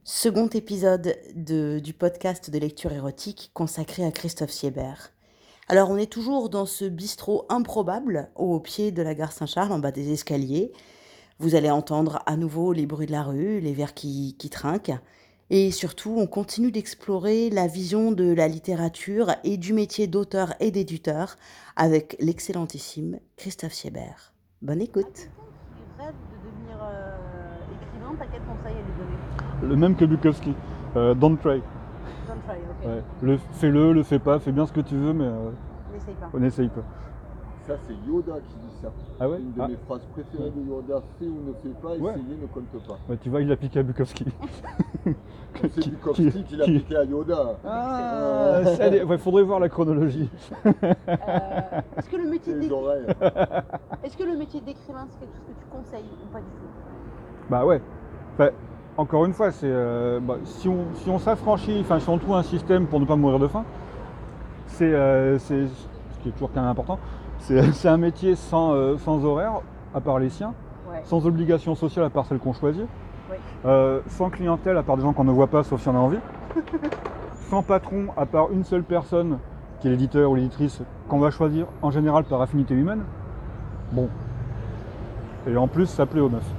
Second épisode du podcast de lecture érotique consacré à Christophe Siebert. Alors on est toujours dans ce bistrot improbable au pied de la gare Saint-Charles, en bas des escaliers. Vous allez entendre à nouveau les bruits de la rue, les verres qui trinquent. Et surtout, on continue d'explorer la vision de la littérature et du métier d'auteur et d'éditeur avec l'excellentissime Christophe Siebert. Bonne À écoute. quelqu'un qui rêve de devenir écrivain, t'as quel conseil à lui donner? Le même que Bukowski. Don't try. Don't try, ok. Ouais. Fais-le, le fais pas, fais bien ce que tu veux, mais N'essaye pas. on essaye pas. Ça, c'est Yoda qui dit ça. Ah ouais. Une de mes phrases préférées de Yoda, fais ou ne fais pas, Ouais. essayer ne compte pas. Ouais, tu vois, il a piqué à Bukowski. C'est Bukowski qui l'a piqué à Yoda. Ah, ouais, faudrait voir la chronologie. Est-ce que le métier C'est les d'écrivain, oreilles. est-ce que le métier d'écrivain c'est quelque chose que tu conseilles ou pas du tout? Bah ouais. Enfin, encore une fois, c'est si on s'affranchit, enfin si on trouve un système pour ne pas mourir de faim, c'est ce qui est toujours quand même important. C'est un métier sans horaire, à part les siens, Ouais. sans obligation sociale à part celle qu'on choisit, Ouais. sans clientèle à part des gens qu'on ne voit pas sauf si on a envie, sans patron à part une seule personne qui est l'éditeur ou l'éditrice qu'on va choisir en général par affinité humaine. Bon. Et en plus ça plaît aux meufs.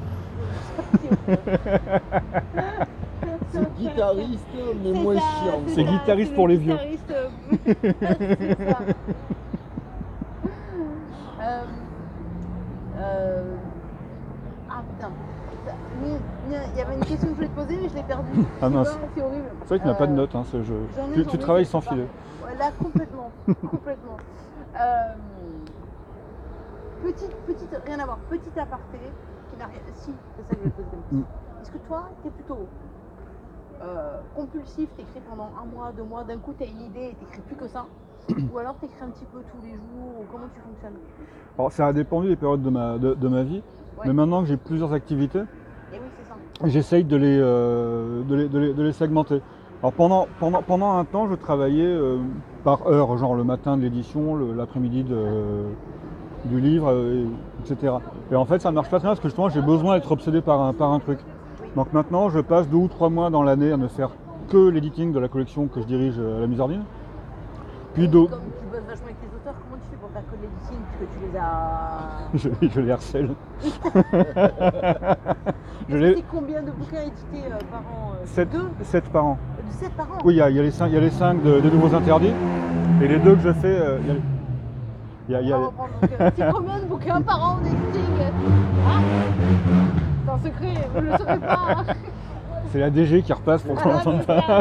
C'est guitariste, mais C'est moins ça, chiant. C'est ça, guitariste c'est pour le les vieux. guitariste, c'est ça. Ah putain. Il y avait une question que je voulais te poser mais je l'ai perdue. Ah mince. C'est horrible. C'est vrai qu'il n'y a pas de notes, hein, ce jeu. J'en ai, Tu travailles sans quelque part. filet. Ouais, là, complètement. Complètement. Petite, rien à voir, petit aparté qui n'a rien. Si, c'est ça que je vais te poser comme question. Est-ce que toi, t'es plutôt compulsif, t'écris pendant 1 mois, 2 mois, d'un coup t'as une idée et t'écris plus que ça? Ou alors t'écris un petit peu tous les jours, ou comment tu fonctionnes? Alors ça a dépendu des périodes de ma vie, Ouais. mais maintenant que j'ai plusieurs activités, Et oui, c'est ça. j'essaye de les segmenter. Alors pendant un temps, je travaillais par heure, genre le matin de l'édition, l'après-midi du livre, etc. Et en fait, ça marche pas très bien parce que justement, j'ai besoin d'être obsédé par un truc. Donc maintenant, je passe 2 ou 3 mois dans l'année à ne faire que l'editing de la collection que je dirige à la Musardine. Puis Comme tu bosses vachement avec tes auteurs, comment tu fais pour faire que de l'editing puisque tu les as. je les harcèle. C'est combien de bouquins édités par an? 7 par an. 7 par an? Oui, il y a les 5 des nouveaux interdits. Et les 2 que je fais, il y a On va reprendre, donc, c'est combien de bouquins par an en editing? Ah, c'est un secret, vous ne le saurez pas. Hein. c'est la DG qui repasse pour qu'on l'entende pas.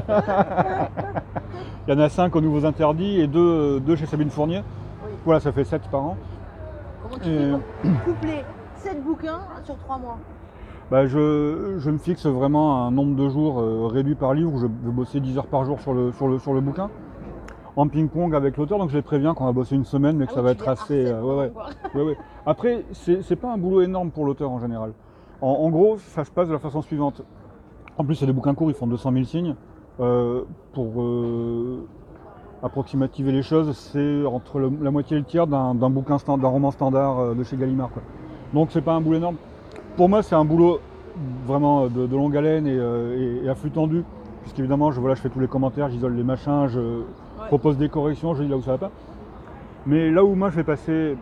Il y en a 5 aux nouveaux interdits et 2 chez Sabine Fournier. Oui. Voilà, ça fait 7 par an. Comment tu fais pour coupler 7 bouquins sur 3 mois? Bah, je me fixe vraiment un nombre de jours réduit par livre où je vais bosser 10 heures par jour sur le bouquin. En ping-pong avec l'auteur, donc je les préviens qu'on va bosser une semaine, mais que ça va être assez. Ouais. Après, c'est pas un boulot énorme pour l'auteur en général. En gros, ça se passe de la façon suivante. En plus, c'est des bouquins courts, ils font 200 000 signes. Pour approximativer les choses, c'est entre la moitié et le tiers d'un bouquin d'un roman standard de chez Gallimard, quoi. Donc c'est pas un boulot énorme. Pour moi, c'est un boulot vraiment de longue haleine et à flux tendu, puisqu'évidemment, je fais tous les commentaires, j'isole les machins, je propose des corrections, je dis là où ça va pas. Mais là où moi, je vais passer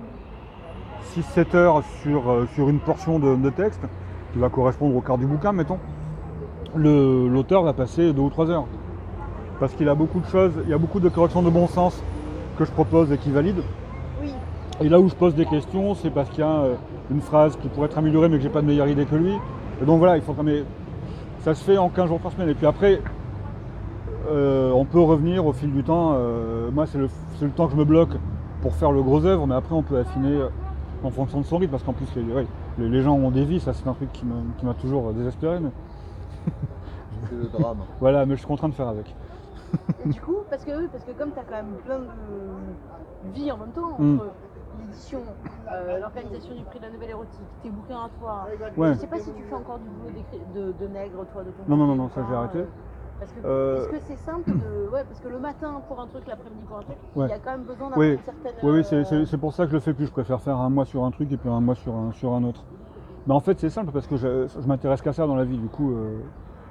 6-7 heures sur une portion de texte, qui va correspondre au quart du bouquin, mettons, l'auteur va passer 2 ou 3 heures. Parce qu'il a beaucoup de choses, il y a beaucoup de corrections de bon sens que je propose et qui valide. Oui. Et là où je pose des questions, c'est parce qu'il y a une phrase qui pourrait être améliorée mais que j'ai pas de meilleure idée que lui. Et donc voilà, il faut quand même. Ça se fait en 15 jours par semaine. Et puis après, on peut revenir au fil du temps. Moi, c'est le temps que je me bloque pour faire le gros œuvre, mais après, on peut affiner en fonction de son rythme. Parce qu'en plus, les gens ont des vies, ça c'est un truc qui m'a toujours désespéré. Mais... C'est le drame. Voilà, mais je suis contraint de faire avec. Et du coup, parce que comme tu as quand même plein de vie en même temps, entre l'édition, l'organisation du prix de la nouvelle érotique, tes bouquins à toi, Ouais. je sais pas si tu fais encore du boulot de nègre, toi, de ton Non, côté, non, ça j'ai arrêté. Parce que, est-ce que c'est simple de. Ouais, parce que le matin pour un truc, l'après-midi pour un truc, il y a quand même besoin d'avoir une certaine. Oui, c'est pour ça que je le fais plus. Je préfère faire un mois sur un truc et puis un mois sur un autre. Mais en fait, c'est simple parce que je m'intéresse qu'à ça dans la vie. Du coup,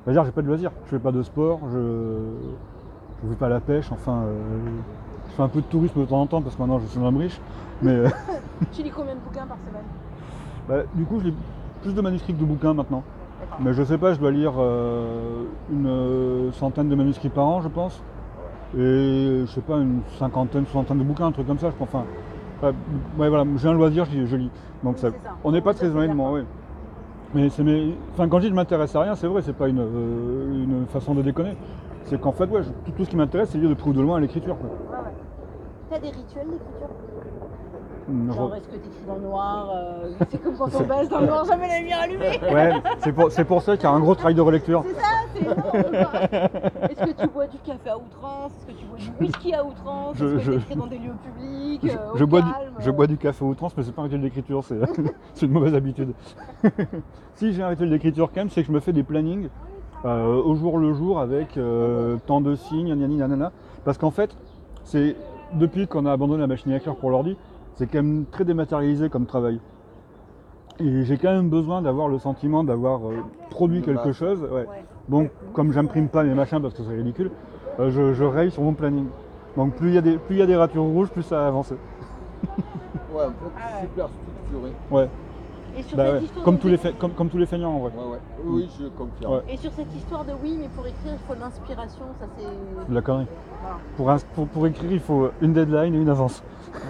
C'est-à-dire, j'ai pas de loisirs, je fais pas de sport, je vais pas à la pêche, enfin, je fais un peu de tourisme de temps en temps parce que maintenant je suis un homme riche, mais Tu lis combien de bouquins par semaine? du coup, je lis plus de manuscrits que de bouquins maintenant. D'accord. Mais je sais pas, je dois lire une centaine de manuscrits par an, je pense. Et je sais pas, une cinquantaine, soixantaine de bouquins, un truc comme ça, je pense. Enfin, ouais, voilà, j'ai un loisir, je lis. Donc Oui, ça, c'est ça. on n'est pas Ça, très c'est éloigné de moi, bien. oui. Mais enfin, quand je dis je m'intéresse à rien, c'est vrai, c'est pas une façon de déconner. C'est qu'en fait, ouais, tout ce qui m'intéresse, c'est lire de près ou de loin à l'écriture, quoi. Ouais. T'as des rituels d'écriture? Je- Genre, est-ce que t'écris dans le noir? C'est comme quand on baisse dans le noir, jamais la lumière allumée. Ouais, c'est pour ça qu'il y a un gros travail de relecture. C'est ça, c'est énorme quoi. Est-ce que tu bois du café à outrance? Est-ce que tu bois du whisky à outrance? Est-ce que Je- t'écris dans des lieux publics? Je Au bois, calme je bois du café à outrance, mais c'est pas un rituel d'écriture, c'est une mauvaise habitude. Si j'ai un rituel d'écriture quand même, c'est que je me fais des plannings au jour le jour avec tant de signes, gna gna nanana. Parce qu'en fait, c'est depuis qu'on a abandonné la machine à écrire pour l'ordi, c'est quand même très dématérialisé comme travail. Et j'ai quand même besoin d'avoir le sentiment d'avoir produit Une quelque base. chose. Ouais. Ouais. Donc, comme j'imprime pas mes machins parce que c'est ridicule, je raye sur mon planning. Donc, plus il y a des ratures rouges, plus ça a avancé. Ouais, en fait, Ah ouais. super structuré. Ouais. Et sur Bah cette ouais. histoire Comme de tous comme tous les feignants en vrai. Ouais. Oui, je confirme. Ouais. Et sur cette histoire de oui, mais pour écrire, il faut de l'inspiration, ça c'est. C'est de la connerie. Voilà. Pour écrire, il faut une deadline et une avance.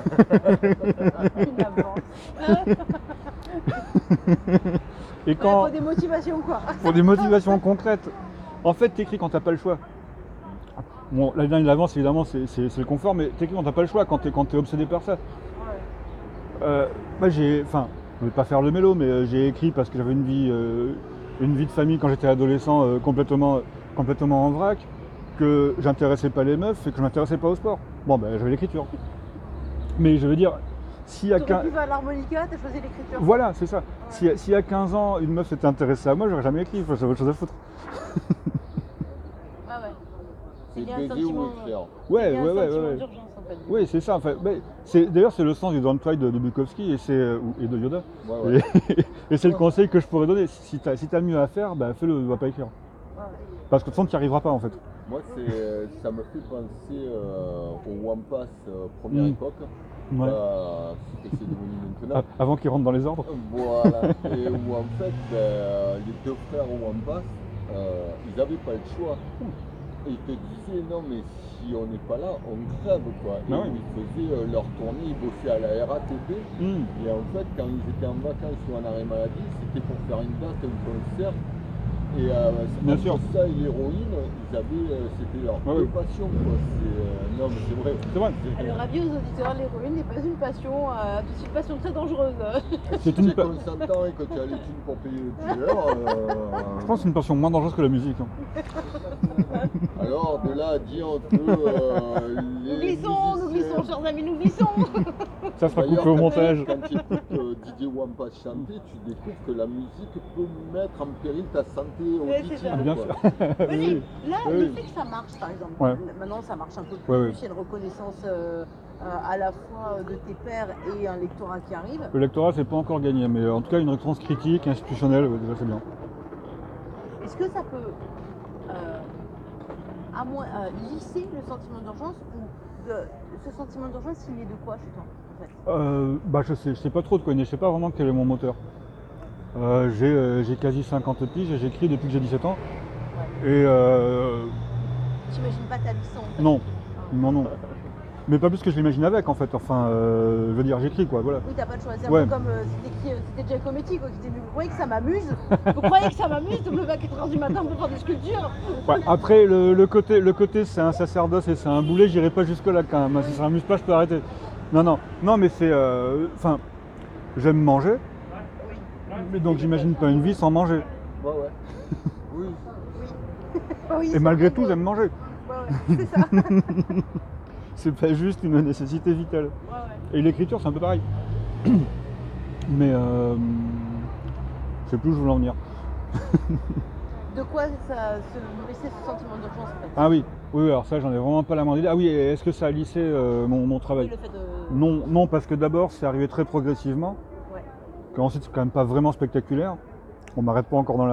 Une avance. Et Ouais, quand, faut des motivations quoi. pour des motivations concrètes, en fait, t'écris quand t'as pas le choix. Bon, la deadline et l'avance, évidemment, c'est le confort, mais t'écris quand t'as pas le choix, quand t'es obsédé par ça. Moi, enfin, je vais pas faire le mélo, mais j'ai écrit parce que j'avais une vie de famille quand j'étais adolescent complètement en vrac, que j'intéressais pas les meufs et que je m'intéressais pas au sport. Bon, ben, j'avais l'écriture. Mais je veux dire, s'il y a T'aurais pu faire l'harmonica, t'as choisi l'écriture. Voilà, c'est ça. S'il y a 15 ans, une meuf s'était intéressée à moi, j'aurais jamais écrit, j'avais autre chose à foutre. Ah ouais. C'est Il y a un baiser sentiment, ou écrire. Ouais, il y a un ouais, ouais, sentiment ouais. d'urgence en fait. Oui, c'est ça. En fait. D'ailleurs, c'est le sens du Don't Try de Bukowski et de Yoda. Ouais. Et c'est le conseil que je pourrais donner. Si t'as mieux à faire, bah, fais-le, va pas écrire. Ouais. Parce que de toute façon, tu n'y arriveras pas en fait. Moi, ça me fait penser au One Pass première époque. Ouais. Ce que c'est devenu maintenant. Avant qu'il rentre dans les ordres. Voilà. Et où en fait, les deux frères au One Pass, ils n'avaient pas le choix. Et ils te disaient non mais si on n'est pas là, on crève quoi. Et Ah oui. ils faisaient leur tournée, ils bossaient à la RATP. Et en fait, quand ils étaient en vacances ou en arrêt maladie, c'était pour faire une date, un concert. Et Bien sûr. entre ça et l'héroïne, ils avaient, c'était leur Ouais, deux ouais. passions quoi. Non mais c'est vrai. C'est vrai. Alors, avis aux auditeurs, l'héroïne n'est pas une passion, c'est une passion très dangereuse. C'est Si une tu es consentant et que tu as les thunes pour payer le tueur, Je pense que c'est une passion moins dangereuse que la musique. Hein. alors de là à dire que Nous glissons, chers amis, nous glissons. Ça sera D'ailleurs, coupé au montage. Quand tu écoutes Didier Wampas chanter, tu découvres que la musique peut mettre en péril ta santé Ouais, c'est auditive. ça. Bien quoi. sûr. Oui, Oui. là, Oui, le oui. fait que ça marche, par exemple, Ouais. maintenant ça marche un peu plus, Ouais, ouais. il y a une reconnaissance à la fois de tes pairs et un lectorat qui arrive. Le lectorat, c'est pas encore gagné, mais en tout cas, une réponse critique, institutionnelle, ouais, déjà c'est bien. Est-ce que ça peut à moins lisser le sentiment d'urgence ou ce sentiment d'urgence il est de quoi chez toi en fait? Je sais pas trop de quoi il est, je sais pas vraiment quel est mon moteur. J'ai quasi 50 piges et j'écris depuis que j'ai 17 ans. Et T'imagines pas ta vie sans? non, non. Mais pas plus que je l'imagine avec en fait, enfin, je veux dire, j'écris quoi, voilà. Oui, t'as pas de choix. C'est Ouais. un peu comme c'était Giacometti quoi, qui disait vous croyez que ça m'amuse? Vous croyez que ça m'amuse de me lever à 4h du matin pour faire des sculptures? Ouais, après, le côté c'est un sacerdoce et c'est un boulet, j'irai pas jusque là quand même. Si ça m'amuse pas, je peux arrêter. Non, mais c'est, enfin, j'aime manger, mais donc j'imagine pas une vie sans manger. Ouais. Oui. Oui, Et c'est malgré vrai tout, que- j'aime manger. Ouais, c'est ça. C'est pas juste une nécessité vitale. Ouais. Et l'écriture, c'est un peu pareil. Mais je sais plus où je voulais en venir. De quoi ça se nourrissait ce sentiment d'urgence en fait? Ah oui, alors ça, j'en ai vraiment pas la moindre idée. Ah oui, et est-ce que ça a lissé mon travail? Oui, le fait de... Non, parce que d'abord, c'est arrivé très progressivement. Ouais. Qu'ensuite, c'est quand même pas vraiment spectaculaire. On m'arrête pas encore dans la rue.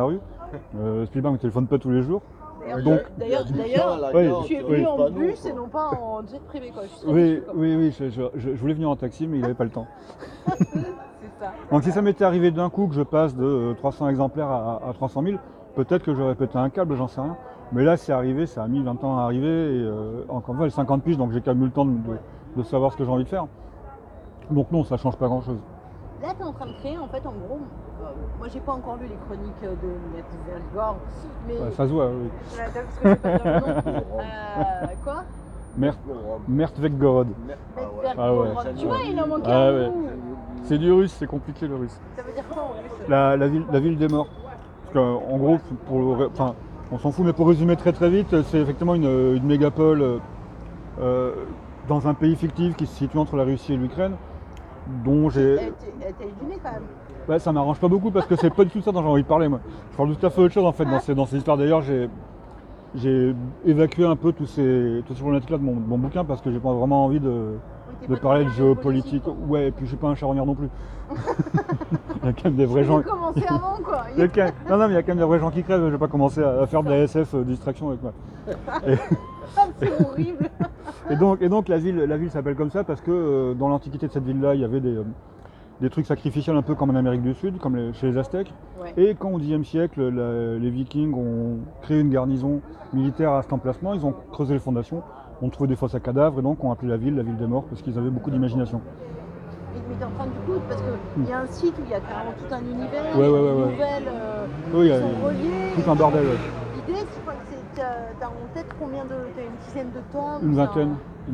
Spielberg ne téléphone pas tous les jours. Donc, Il y a du d'ailleurs, champ à la oui, gare tu es sur venu les en panneaux, bus quoi. et non pas en jet privé, quoi. Je suis très Oui, déçue, quoi. oui, je voulais venir en taxi, mais il n'avait pas le temps. C'est ça. Donc si ça m'était arrivé d'un coup que je passe de 300 exemplaires à 300 000, peut-être que j'aurais pété un câble, j'en sais rien. Mais là, c'est arrivé, ça a mis 20 ans à arriver, et encore une fois, les 50 piges, donc j'ai quand même eu le temps de savoir ce que j'ai envie de faire. Donc non, ça change pas grand-chose. Là, tu es en train de créer, en fait, en gros, moi, j'ai pas encore lu les chroniques de Metzelgor, mais... Ouais, ça se voit, oui. Parce que je vais pas dire le nom. Quoi Mertvegorod. Ah ouais. Tu vois, il en manque Ah un ouais. bout. C'est du russe, c'est compliqué le russe. Ça veut dire quoi en russe? La ville des morts. Parce qu'en gros, enfin, on s'en fout, mais pour résumer très très vite, c'est effectivement une mégapole dans un pays fictif qui se situe entre la Russie et l'Ukraine, dont j'ai... Elle t'a illuminé quand même. Ouais, ça m'arrange pas beaucoup parce que c'est pas du tout ça dont j'ai envie de parler, moi. Je parle de tout à fait autre chose en fait dans ces histoires. D'ailleurs, j'ai évacué un peu toutes ces problématiques-là de mon bouquin parce que j'ai pas vraiment envie de parler de géopolitique. Ouais, et puis je suis pas un charognard non plus. Il y a quand même des vrais gens. Il a commencé avant, quoi. Non, mais il y a quand même des vrais gens qui crèvent. Je vais pas commencer à faire de la SF distraction avec moi. C'est horrible. Et donc la ville s'appelle comme ça parce que dans l'antiquité de cette ville-là, il y avait des trucs sacrificiels un peu comme en Amérique du Sud, comme chez les Aztèques. Ouais. Et quand au Xe siècle, les Vikings ont créé une garnison militaire à cet emplacement, ils ont creusé les fondations, ont trouvé des fosses à cadavres et donc ont appelé la ville des morts parce qu'ils avaient beaucoup d'imagination. Mais t'es en train du coup, parce qu'il y a un site où il y a carrément tout un univers, Ouais, il y a ouais, des ouais. nouvelles Oui, il y qui a sont reliées. tout un bordel. Ouais. L'idée, c'est quoi? T'as en tête combien de... T'as une dizaine de tomes? Une vingtaine,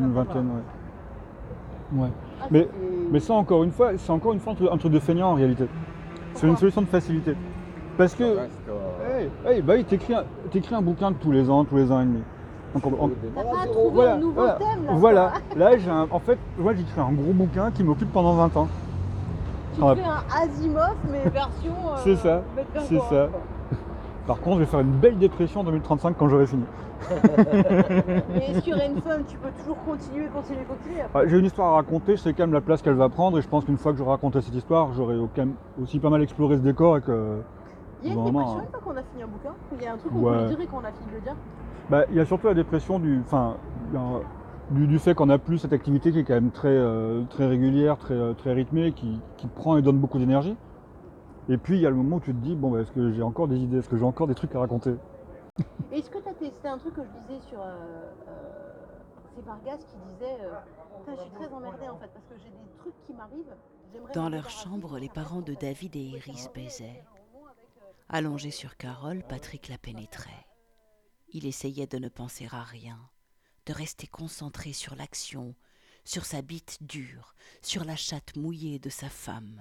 ouais. Mais ça encore une fois, c'est encore une fois un truc de feignant en réalité. C'est une solution de facilité. Parce que, t'écris un bouquin tous les ans et demi. Donc, T'as pas trouvé un nouveau thème là? Voilà, là j'écris un gros bouquin qui m'occupe pendant 20 ans. Tu fais un Asimov mais version... C'est ça, c'est ça. Par contre, je vais faire une belle dépression en 2035 quand j'aurai fini. Mais est-ce qu'il y aurait une femme, tu peux toujours continuer après. J'ai une histoire à raconter, je sais quand même la place qu'elle va prendre et je pense qu'une fois que j'aurai raconté cette histoire, j'aurai quand même aussi pas mal exploré ce décor et que... Il y a une dépression une fois qu'on a fini un bouquin? Il y a un truc qu'on peut dire et qu'on a fini de le dire? Il y a surtout la dépression du fait qu'on n'a plus cette activité qui est quand même très régulière, très rythmée, qui prend et donne beaucoup d'énergie. Et puis il y a le moment où tu te dis, est-ce que j'ai encore des idées, est-ce que j'ai encore des trucs à raconter? Est-ce que tu as testé un truc que je disais sur c'est Vargas qui disait je suis très emmerdée en fait parce que j'ai des trucs qui m'arrivent. Dans leur chambre, les parents de David et Iris baisaient. Allongé sur Carole, Patrick la pénétrait. Il essayait de ne penser à rien, de rester concentré sur l'action, sur sa bite dure, sur la chatte mouillée de sa femme.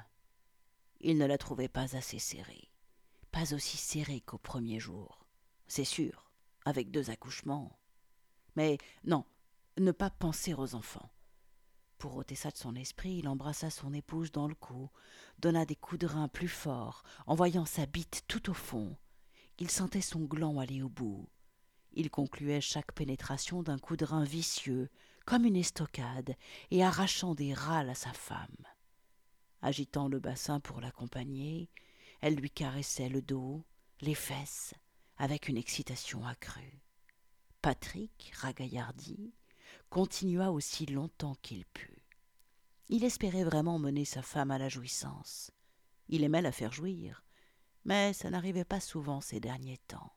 Il ne la trouvait pas assez serrée, pas aussi serrée qu'au premier jour. C'est sûr, avec 2 accouchements. Mais non, ne pas penser aux enfants. Pour ôter ça de son esprit, il embrassa son épouse dans le cou, donna des coups de rein plus forts, en voyant sa bite tout au fond. Il sentait son gland aller au bout. Il concluait chaque pénétration d'un coup de rein vicieux, comme une estocade, et arrachant des râles à sa femme. Agitant le bassin pour l'accompagner, elle lui caressait le dos, les fesses, avec une excitation accrue. Patrick, ragaillardi, continua aussi longtemps qu'il put. Il espérait vraiment mener sa femme à la jouissance. Il aimait la faire jouir, mais ça n'arrivait pas souvent ces derniers temps.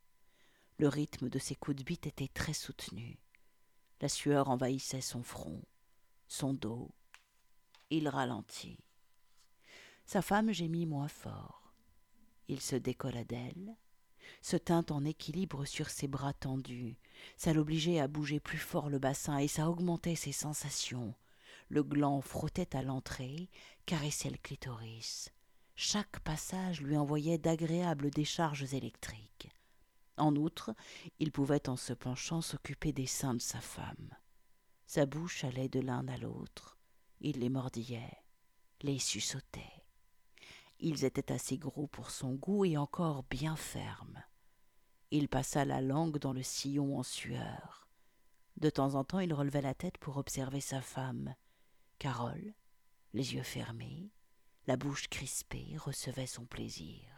Le rythme de ses coups de bite était très soutenu. La sueur envahissait son front, son dos. Il ralentit. Sa femme gémit moins fort. Il se décolla d'elle, se tint en équilibre sur ses bras tendus. Ça l'obligeait à bouger plus fort le bassin et ça augmentait ses sensations. Le gland frottait à l'entrée, caressait le clitoris. Chaque passage lui envoyait d'agréables décharges électriques. En outre, il pouvait en se penchant s'occuper des seins de sa femme. Sa bouche allait de l'un à l'autre. Il les mordillait, les suçotait. Ils étaient assez gros pour son goût et encore bien fermes. Il passa la langue dans le sillon en sueur. De temps en temps, il relevait la tête pour observer sa femme. Carole, les yeux fermés, la bouche crispée, recevait son plaisir.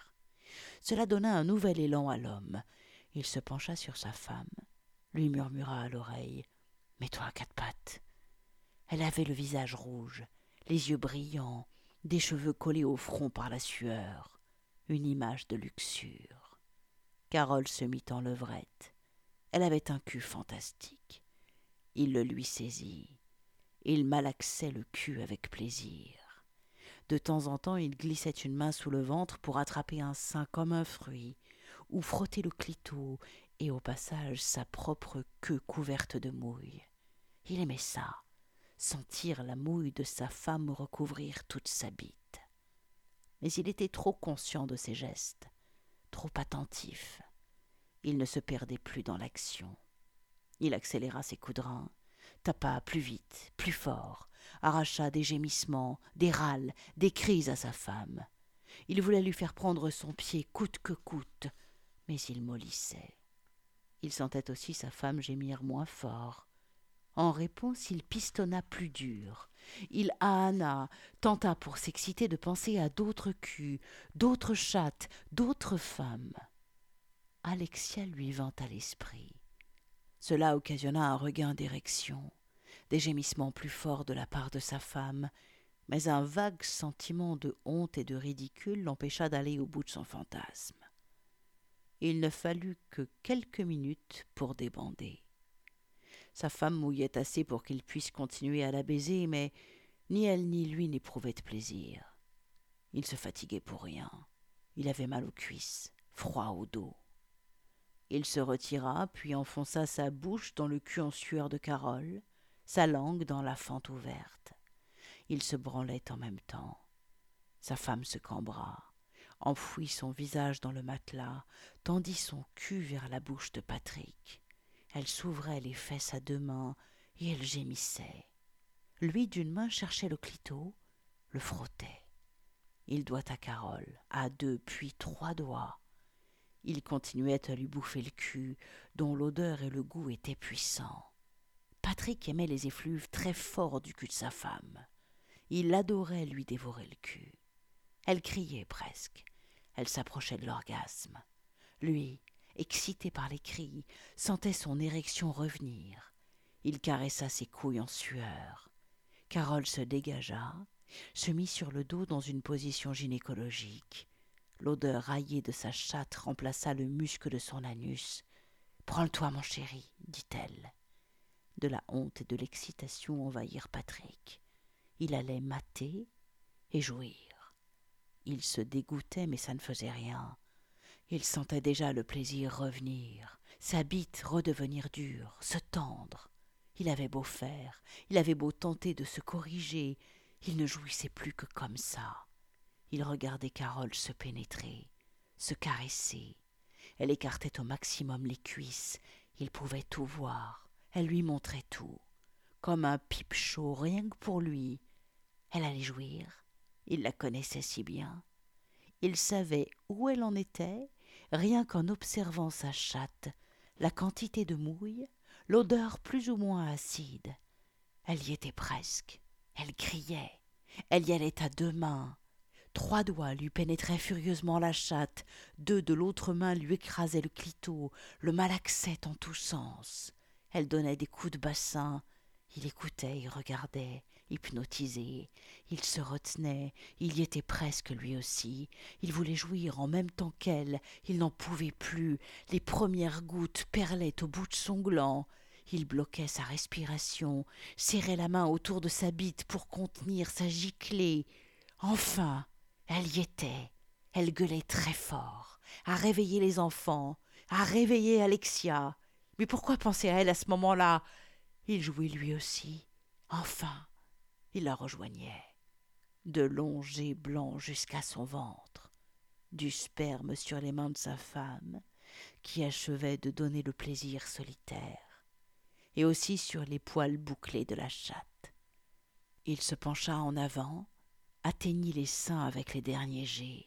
Cela donna un nouvel élan à l'homme. Il se pencha sur sa femme, lui murmura à l'oreille « Mets-toi à quatre pattes ». Elle avait le visage rouge, les yeux brillants, des cheveux collés au front par la sueur, une image de luxure. Carole se mit en levrette. Elle avait un cul fantastique. Il le lui saisit. Il malaxait le cul avec plaisir. De temps en temps, il glissait une main sous le ventre pour attraper un sein comme un fruit, ou frotter le clito, et au passage sa propre queue couverte de mouille. Il aimait ça, sentir la mouille de sa femme recouvrir toute sa bite. Mais il était trop conscient de ses gestes, trop attentif. Il ne se perdait plus dans l'action. Il accéléra ses coups de rein, tapa plus vite, plus fort, arracha des gémissements, des râles, des cris à sa femme. Il voulait lui faire prendre son pied coûte que coûte, mais il mollissait. Il sentait aussi sa femme gémir moins fort. En réponse, il pistonna plus dur. Il ahana, tenta pour s'exciter de penser à d'autres culs, d'autres chattes, d'autres femmes. Alexia lui vint à l'esprit. Cela occasionna un regain d'érection, des gémissements plus forts de la part de sa femme, mais un vague sentiment de honte et de ridicule l'empêcha d'aller au bout de son fantasme. Il ne fallut que quelques minutes pour débander. Sa femme mouillait assez pour qu'il puisse continuer à la baiser, mais ni elle ni lui n'éprouvaient de plaisir. Il se fatiguait pour rien. Il avait mal aux cuisses, froid au dos. Il se retira, puis enfonça sa bouche dans le cul en sueur de Carole, sa langue dans la fente ouverte. Il se branlait en même temps. Sa femme se cambra, enfouit son visage dans le matelas, tendit son cul vers la bouche de Patrick. Elle s'ouvrait les fesses à deux mains et elle gémissait. Lui, d'une main, cherchait le clito, le frottait. Il doigt à Carole, à 2 puis 3 doigts. Il continuait à lui bouffer le cul, dont l'odeur et le goût étaient puissants. Patrick aimait les effluves très forts du cul de sa femme. Il adorait lui dévorer le cul. Elle criait presque. Elle s'approchait de l'orgasme. Lui, excité par les cris, sentait son érection revenir. Il caressa ses couilles en sueur. Carole se dégagea, se mit sur le dos dans une position gynécologique. L'odeur raillée de sa chatte remplaça le muscle de son anus. « Prends-le-toi, mon chéri, dit-elle. De la honte et de l'excitation envahirent Patrick. Il allait mater et jouir. Il se dégoûtait, mais ça ne faisait rien. Il sentait déjà le plaisir revenir, sa bite redevenir dure, se tendre. Il avait beau faire, il avait beau tenter de se corriger, il ne jouissait plus que comme ça. Il regardait Carole se pénétrer, se caresser. Elle écartait au maximum les cuisses. Il pouvait tout voir. Elle lui montrait tout. Comme un pipe chaud, rien que pour lui. Elle allait jouir. Il la connaissait si bien. Il savait où elle en était, rien qu'en observant sa chatte, la quantité de mouille, l'odeur plus ou moins acide. Elle y était presque. Elle criait. Elle y allait à 2 mains. 3 doigts lui pénétraient furieusement la chatte, 2 de l'autre main lui écrasaient le clito, le malaxaient en tous sens. Elle donnait des coups de bassin. Il écoutait, il regardait, hypnotisé. Il se retenait, il y était presque lui aussi. Il voulait jouir en même temps qu'elle. Il n'en pouvait plus. Les premières gouttes perlaient au bout de son gland. Il bloquait sa respiration, serrait la main autour de sa bite pour contenir sa giclée. Enfin, elle y était. Elle gueulait très fort, à réveiller les enfants, à réveiller Alexia. Mais pourquoi penser à elle à ce moment-là? Il jouait lui aussi. Enfin, il la rejoignait. De longs jets blancs jusqu'à son ventre, du sperme sur les mains de sa femme, qui achevait de donner le plaisir solitaire, et aussi sur les poils bouclés de la chatte. Il se pencha en avant, atteignit les seins avec les derniers jets.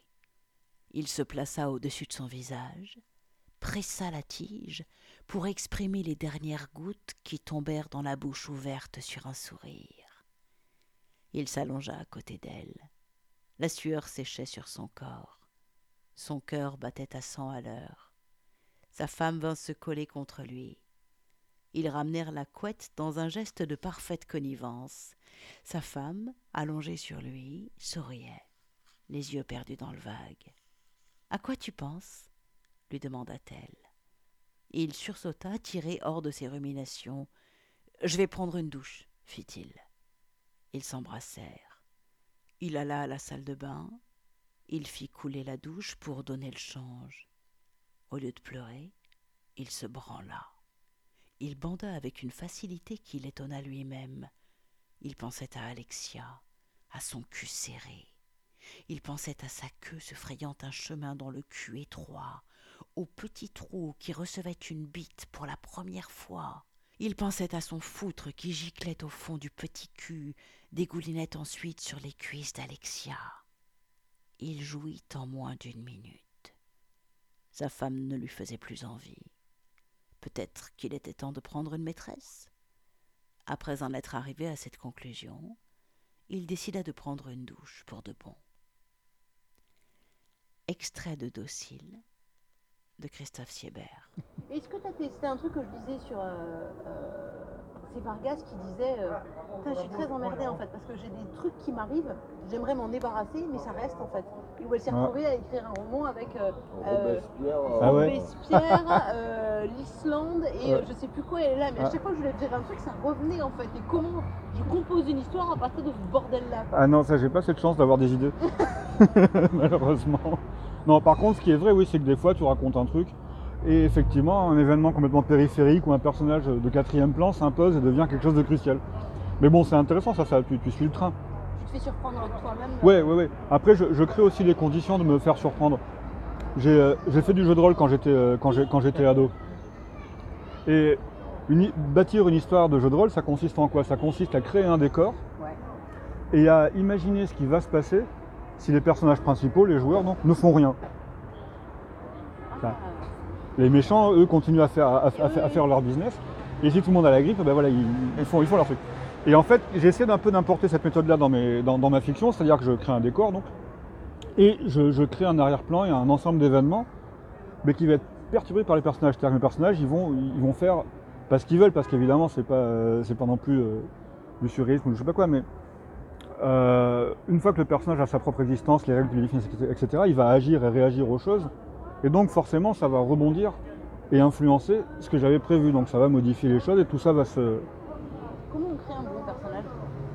Il se plaça au-dessus de son visage, pressa la tige pour exprimer les dernières gouttes qui tombèrent dans la bouche ouverte sur un sourire. Il s'allongea à côté d'elle. La sueur séchait sur son corps. Son cœur battait à 100 à l'heure. Sa femme vint se coller contre lui. Ils ramenèrent la couette dans un geste de parfaite connivence. Sa femme, allongée sur lui, souriait, les yeux perdus dans le vague. « À quoi tu penses ?» lui demanda-t-elle. Il sursauta, tiré hors de ses ruminations. « Je vais prendre une douche, fit-il. » Ils s'embrassèrent. Il alla à la salle de bain. Il fit couler la douche pour donner le change. Au lieu de pleurer, il se branla. Il banda avec une facilité qui l'étonna lui-même. Il pensait à Alexia, à son cul serré. Il pensait à sa queue se frayant un chemin dans le cul étroit, au petit trou qui recevait une bite pour la première fois. Il pensait à son foutre qui giclait au fond du petit cul, dégoulinait ensuite sur les cuisses d'Alexia. Il jouit en moins d'1 minute. Sa femme ne lui faisait plus envie. Peut-être qu'il était temps de prendre une maîtresse. Après en être arrivé à cette conclusion, il décida de prendre une douche pour de bon. Extrait de Docile de Christophe Siebert. Est-ce que c'était un truc que je disais sur c'est Vargas qui disait je suis très emmerdée en fait parce que j'ai des trucs qui m'arrivent, j'aimerais m'en débarrasser mais ça reste en fait. Et où elle s'est retrouvée à écrire un roman avec Robespierre, l'Islande et je sais plus quoi elle est là, mais à chaque fois que je voulais dire un truc ça revenait en fait. Et comment je compose une histoire à partir de ce bordel là quoi. Ah non, ça j'ai pas cette chance d'avoir des idées. Malheureusement. Non, par contre, ce qui est vrai, oui, c'est que des fois, tu racontes un truc, et effectivement, un événement complètement périphérique ou un personnage de 4e plan s'impose et devient quelque chose de crucial. Mais bon, c'est intéressant, ça tu suis le train. Tu te fais surprendre toi-même. Ouais. Après, je crée aussi les conditions de me faire surprendre. J'ai fait du jeu de rôle quand j'étais ado. Et bâtir une histoire de jeu de rôle, ça consiste en quoi? Ça consiste à créer un décor et à imaginer ce qui va se passer si les personnages principaux, les joueurs, donc, ne font rien. Enfin, les méchants, eux, continuent à faire leur business. Et si tout le monde a la grippe, ben voilà, ils font leur truc. Et en fait, j'essaie d'un peu d'importer cette méthode-là dans ma fiction, c'est-à-dire que je crée un décor, donc, et je crée un arrière-plan et un ensemble d'événements, mais qui va être perturbé par les personnages. C'est-à-dire que les personnages, ils vont faire parce qu'ils veulent, parce qu'évidemment, c'est pas non plus du surréalisme ou je sais pas quoi, mais une fois que le personnage a sa propre existence, les règles qu'il définit, etc., il va agir et réagir aux choses. Et donc forcément, ça va rebondir et influencer ce que j'avais prévu. Donc ça va modifier les choses et tout ça va se... Comment on crée un bon personnage?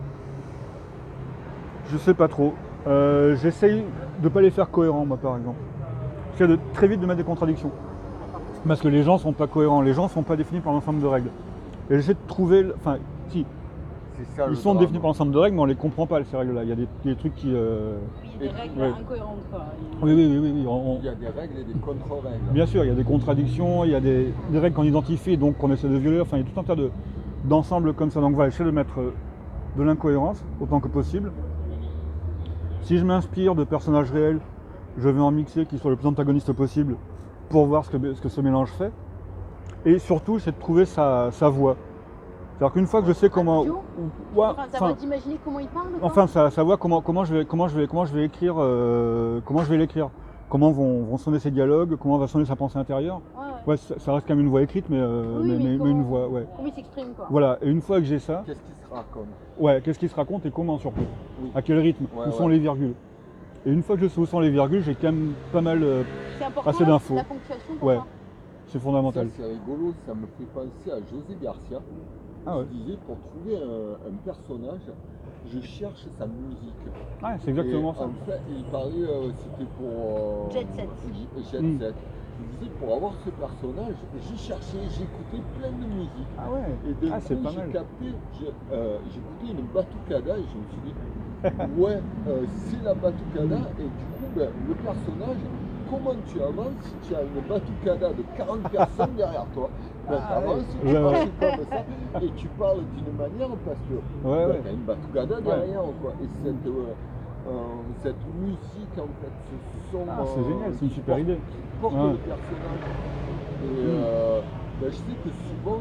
Je sais pas trop. J'essaye de ne pas les faire cohérents, moi, par exemple. J'essaie très vite de mettre des contradictions. Parce que les gens sont pas cohérents, les gens sont pas définis par un ensemble de règles. Et j'essaie de trouver... Enfin, si. Ils sont définis par un ensemble de règles, mais on les comprend pas, ces règles-là. Il y a des trucs qui... Il y a des règles incohérentes, quoi. Oui. Il y a des règles et des contre-règles. Bien sûr, il y a des contradictions, il y a des règles qu'on identifie et donc qu'on essaie de violer. Enfin, il y a tout un tas d'ensembles comme ça. Donc voilà, j'essaie de mettre de l'incohérence autant que possible. Si je m'inspire de personnages réels, je vais en mixer qui soient le plus antagonistes possible pour voir ce que ce mélange fait. Et surtout, c'est de trouver sa voix. C'est-à-dire qu'une fois que je sais comment... ça va d'imaginer comment il parle. Enfin, sa voix, comment je vais écrire, comment je vais l'écrire. Comment vont sonner ses dialogues, comment va sonner sa pensée intérieure. Ouais, ça reste quand même une voix écrite, mais une voix, ouais. Comment il s'exprime, quoi. Voilà, et une fois que j'ai ça... Qu'est-ce qu'il se raconte? Ouais, qu'est-ce qu'il se raconte et comment surtout. À quel rythme, où sont les virgules. Et une fois que je sais où sont les virgules, j'ai quand même pas mal assez d'infos. La ponctuation pour ouais, c'est fondamental. Ça, c'est rigolo, ça me fait penser à José Garcia. Qui disait, pour trouver un personnage, je cherche sa musique. Ouais, c'est exactement ça. En fait, il parlait, c'était pour... Jet Set. Jet Set. Il disait, pour avoir ce personnage, j'ai cherché, j'écoutais plein de musique. Ah ouais. Et d'un coup, j'ai capté, j'écoutais une batucada et je me suis dit, ouais, c'est la batucada. Et du coup, le personnage, comment tu avances si tu as une batucada de 40 personnes derrière toi? T'avances, tu parles comme ça, et tu parles d'une manière parce que t'as une batucada derrière, quoi. Et cette musique, en fait, ce son... c'est génial, c'est une super idée. Qui porte le personnage. Et je sais que souvent,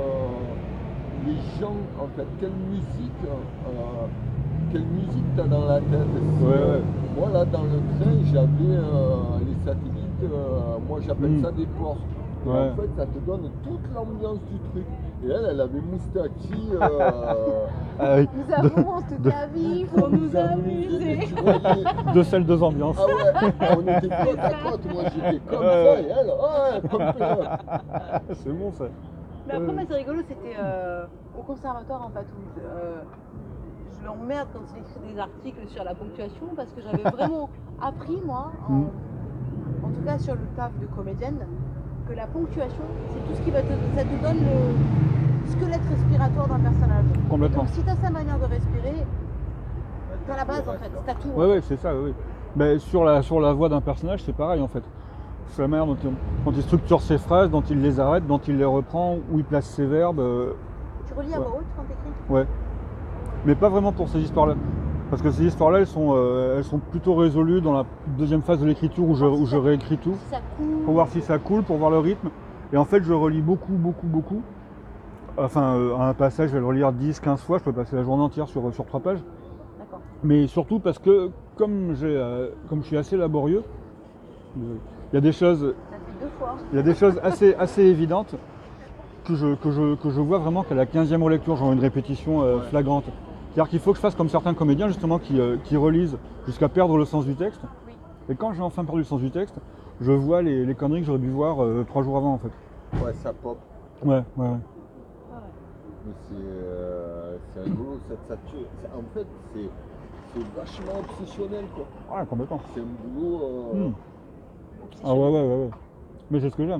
les gens, en fait, quelle musique t'as dans la tête? Moi, là, dans le train, j'avais les satellites, moi j'appelle ça des Porsche. Et Ouais. en fait, ça te donne toute l'ambiance du truc. Et elle avait Moustaki. Ah oui, Nous avons en tout cas vie pour nous amuser. Tu voyais, deux salles, deux ambiances. ah ouais, on était côte à côte. Moi, j'étais comme ça. Et elle, comme ça. C'est bon ça. Mais après, moi, c'est rigolo, c'était au conservatoire en fait où je l'emmerde quand il écrit des articles sur la ponctuation parce que j'avais vraiment appris, moi, en tout cas sur le taf de comédienne, que la ponctuation, c'est tout ce qui va ça te donne le squelette respiratoire d'un personnage. Complètement. Donc si tu as sa manière de respirer, t'as la base en fait, t'as tout. Ouais, c'est ça, oui. Mais sur la voix d'un personnage, c'est pareil en fait. C'est la manière dont il structure ses phrases, dont il les arrête, dont il les reprend, où il place ses verbes. Tu relis à Ouais. voix haute quand t'écris? Ouais. Mais pas vraiment pour ces histoires-là. Parce que ces histoires-là, elles sont plutôt résolues dans la deuxième phase de l'écriture où je réécris tout. Si ça coule. Pour voir si ça coule, pour voir le rythme. Et en fait, je relis beaucoup. Enfin, un passage, je vais le relire 10-15 fois, je peux passer la journée entière sur 3 pages. D'accord. Mais surtout parce que, comme je suis assez laborieux, il y a des choses, Ça fait 2 fois. assez évidentes que je vois vraiment qu'à la 15e relecture, genre une répétition flagrante. C'est-à-dire qu'il faut que je fasse comme certains comédiens, justement, qui relisent jusqu'à perdre le sens du texte. Oui. Et quand j'ai enfin perdu le sens du texte, je vois les conneries que j'aurais dû voir 3 jours avant, en fait. Ouais, ça pop. Ouais. Ouais. Mais c'est rigolo, ça tue. En fait, c'est vachement obsessionnel, quoi. Ouais, complètement. C'est un boulot. Ah ouais. Mais c'est ce que j'aime.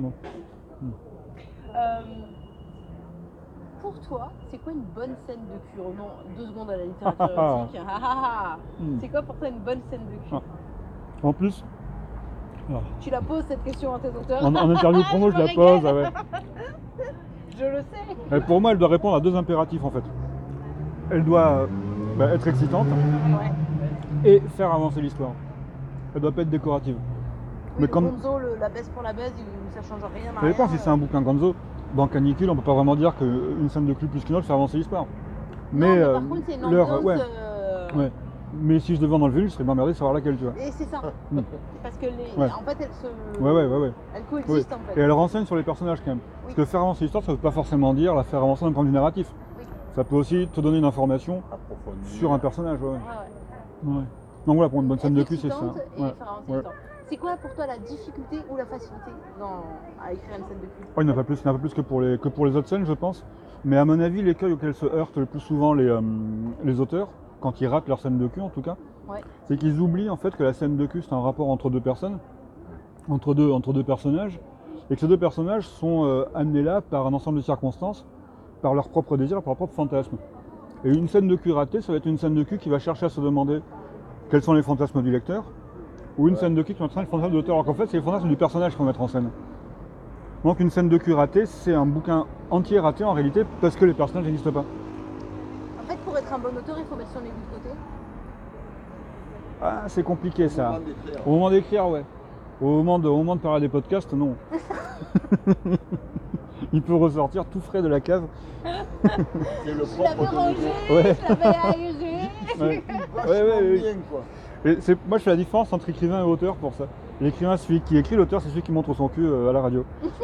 Pour toi, c'est quoi une bonne scène de cul? Non, 2 secondes à la littérature érotique. C'est quoi pour toi une bonne scène de cul? En plus, alors, Tu la poses cette question à tes auteurs? en interview promo, je me la pose. régale. Ouais. Je le sais. Et pour moi, elle doit répondre à 2 impératifs en fait. Elle doit être excitante Ouais. et faire avancer l'histoire. Elle doit pas être décorative. Oui, Mais comme Gonzo, la baisse pour la baise, ça change rien. ça dépend si c'est un bouquin Gonzo. Dans Canicule, on peut pas vraiment dire qu'une scène de cul plus qu'une autre fait avancer l'histoire. Mais par contre, c'est une l'heure, ambiance. ouais. Mais si je devais en enlever une, je serais m'emmerdé de savoir laquelle, tu vois. Et c'est ça. Mm. Parce que Ouais. en fait, elles se. Ouais. Elles coexistent en Et fait. elle renseigne sur les personnages quand même. Oui. Parce que faire avancer l'histoire, ça veut pas forcément dire la faire avancer d'un point de vue narratif. Oui. Ça peut aussi te donner une information Approfondi. sur un personnage. Ouais. Ouais. Ouais. Donc voilà, pour une bonne scène de Être cul, c'est ça. excitante et Ouais. faire avancer Ouais. l'histoire. C'est quoi pour toi la difficulté ou la facilité à écrire une scène de cul? Oh, il n'y en a pas plus que pour les autres scènes, je pense. Mais à mon avis, l'écueil auquel se heurtent le plus souvent les auteurs, quand ils ratent leur scène de cul en tout cas, Ouais. c'est qu'ils oublient en fait que la scène de cul c'est un rapport entre 2 personnes, entre deux personnages, et que ces 2 personnages sont amenés là par un ensemble de circonstances, par leur propre désir, par leur propre fantasme. Et une scène de cul ratée, ça va être une scène de cul qui va chercher à se demander quels sont les fantasmes du lecteur, ou une scène de cul qui va entraîner le fantasme de l'auteur, alors qu'en fait c'est les fantasmes du personnage qu'il faut mettre en scène. Donc une scène de cul ratée, c'est un bouquin entier raté en réalité, parce que les personnages n'existent pas. En fait, pour être un bon auteur, il faut mettre son ego de côté. Ah, c'est compliqué ça. Moment d'écrire. Au moment d'écrire, ouais. Au moment de parler des podcasts, non. Il peut ressortir tout frais de la cave. C'est le Je l'avais propre de rangé, Ouais. je l'avais aéré. Ouais. vachement ouais. bien, quoi. Et moi je fais la différence entre écrivain et auteur pour ça. L'écrivain c'est celui qui écrit, l'auteur c'est celui qui montre son cul à la radio.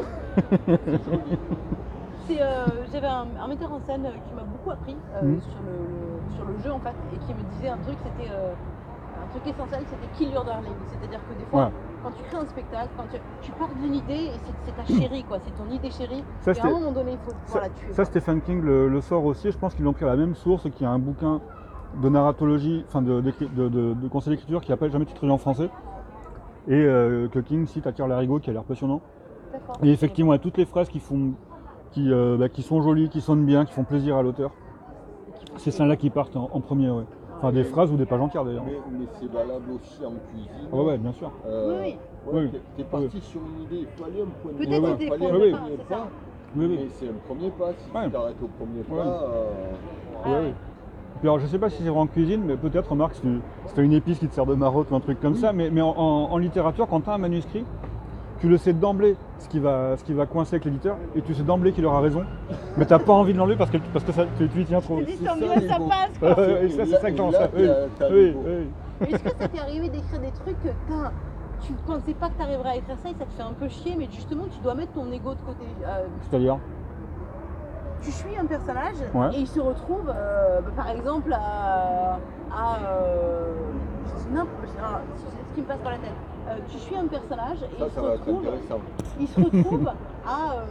J'avais un metteur en scène qui m'a beaucoup appris sur le jeu en fait, et qui me disait un truc, c'était un truc essentiel, c'était kill your darling. C'est-à-dire que des fois, Ouais. quand tu crées un spectacle, quand tu pars d'une idée, et c'est ta chérie, quoi, c'est ton idée chérie, Ça, et à un moment donné, il faut pouvoir la tuer. Ça quoi. Stephen King le sort aussi, je pense qu'ils l'ont pris à la même source, qui a un bouquin de narratologie, enfin de conseil d'écriture qui n'a pas jamais été traduit en français. Et que King cite à Cœur Larigot, qui a l'air passionnant. D'accord. Et effectivement, il y a toutes les phrases qui sont jolies, qui sonnent bien, qui font plaisir à l'auteur. C'est celles-là qui partent en premier, ouais. Enfin, des phrases ou des pages entières d'ailleurs. Mais c'est valable aussi en cuisine. Ouais, bien sûr. Oui. Oui. T'es parti sur une idée, il fallait un point de Peut-être Ouais, c'était fallait pour un oui. le premier c'est ça. pas. Oui, Mais c'est un premier pas. Si Ouais. tu t'arrêtes au premier Ouais. pas, Ouais. Puis alors, je sais pas si c'est vrai en cuisine, mais peut-être, remarque, si t'as une épice qui te sert de marotte ou un truc comme ça, mais en littérature, quand tu as un manuscrit, tu le sais d'emblée ce qui va coincer avec l'éditeur, et tu sais d'emblée qu'il aura raison, mais t'as pas envie de l'enlever parce que tu y tiens trop. Tu dis c'est tant ça, mieux, ça l'ego. passe quoi. Et ça, c'est ça que j'en sais. Là, Oui, t'as oui, l'ego. oui. Est-ce que ça t'est arrivé d'écrire des trucs que tu pensais pas que t'arriverais à écrire ça et ça te fait un peu chier, mais justement tu dois mettre ton ego de côté. C'est-à-dire Tu suis un personnage Ouais. et il se retrouve, par exemple, je dis n'importe quoi, c'est ce qui me passe par la tête. Tu suis un personnage et Ça va être intéressant. il se retrouve à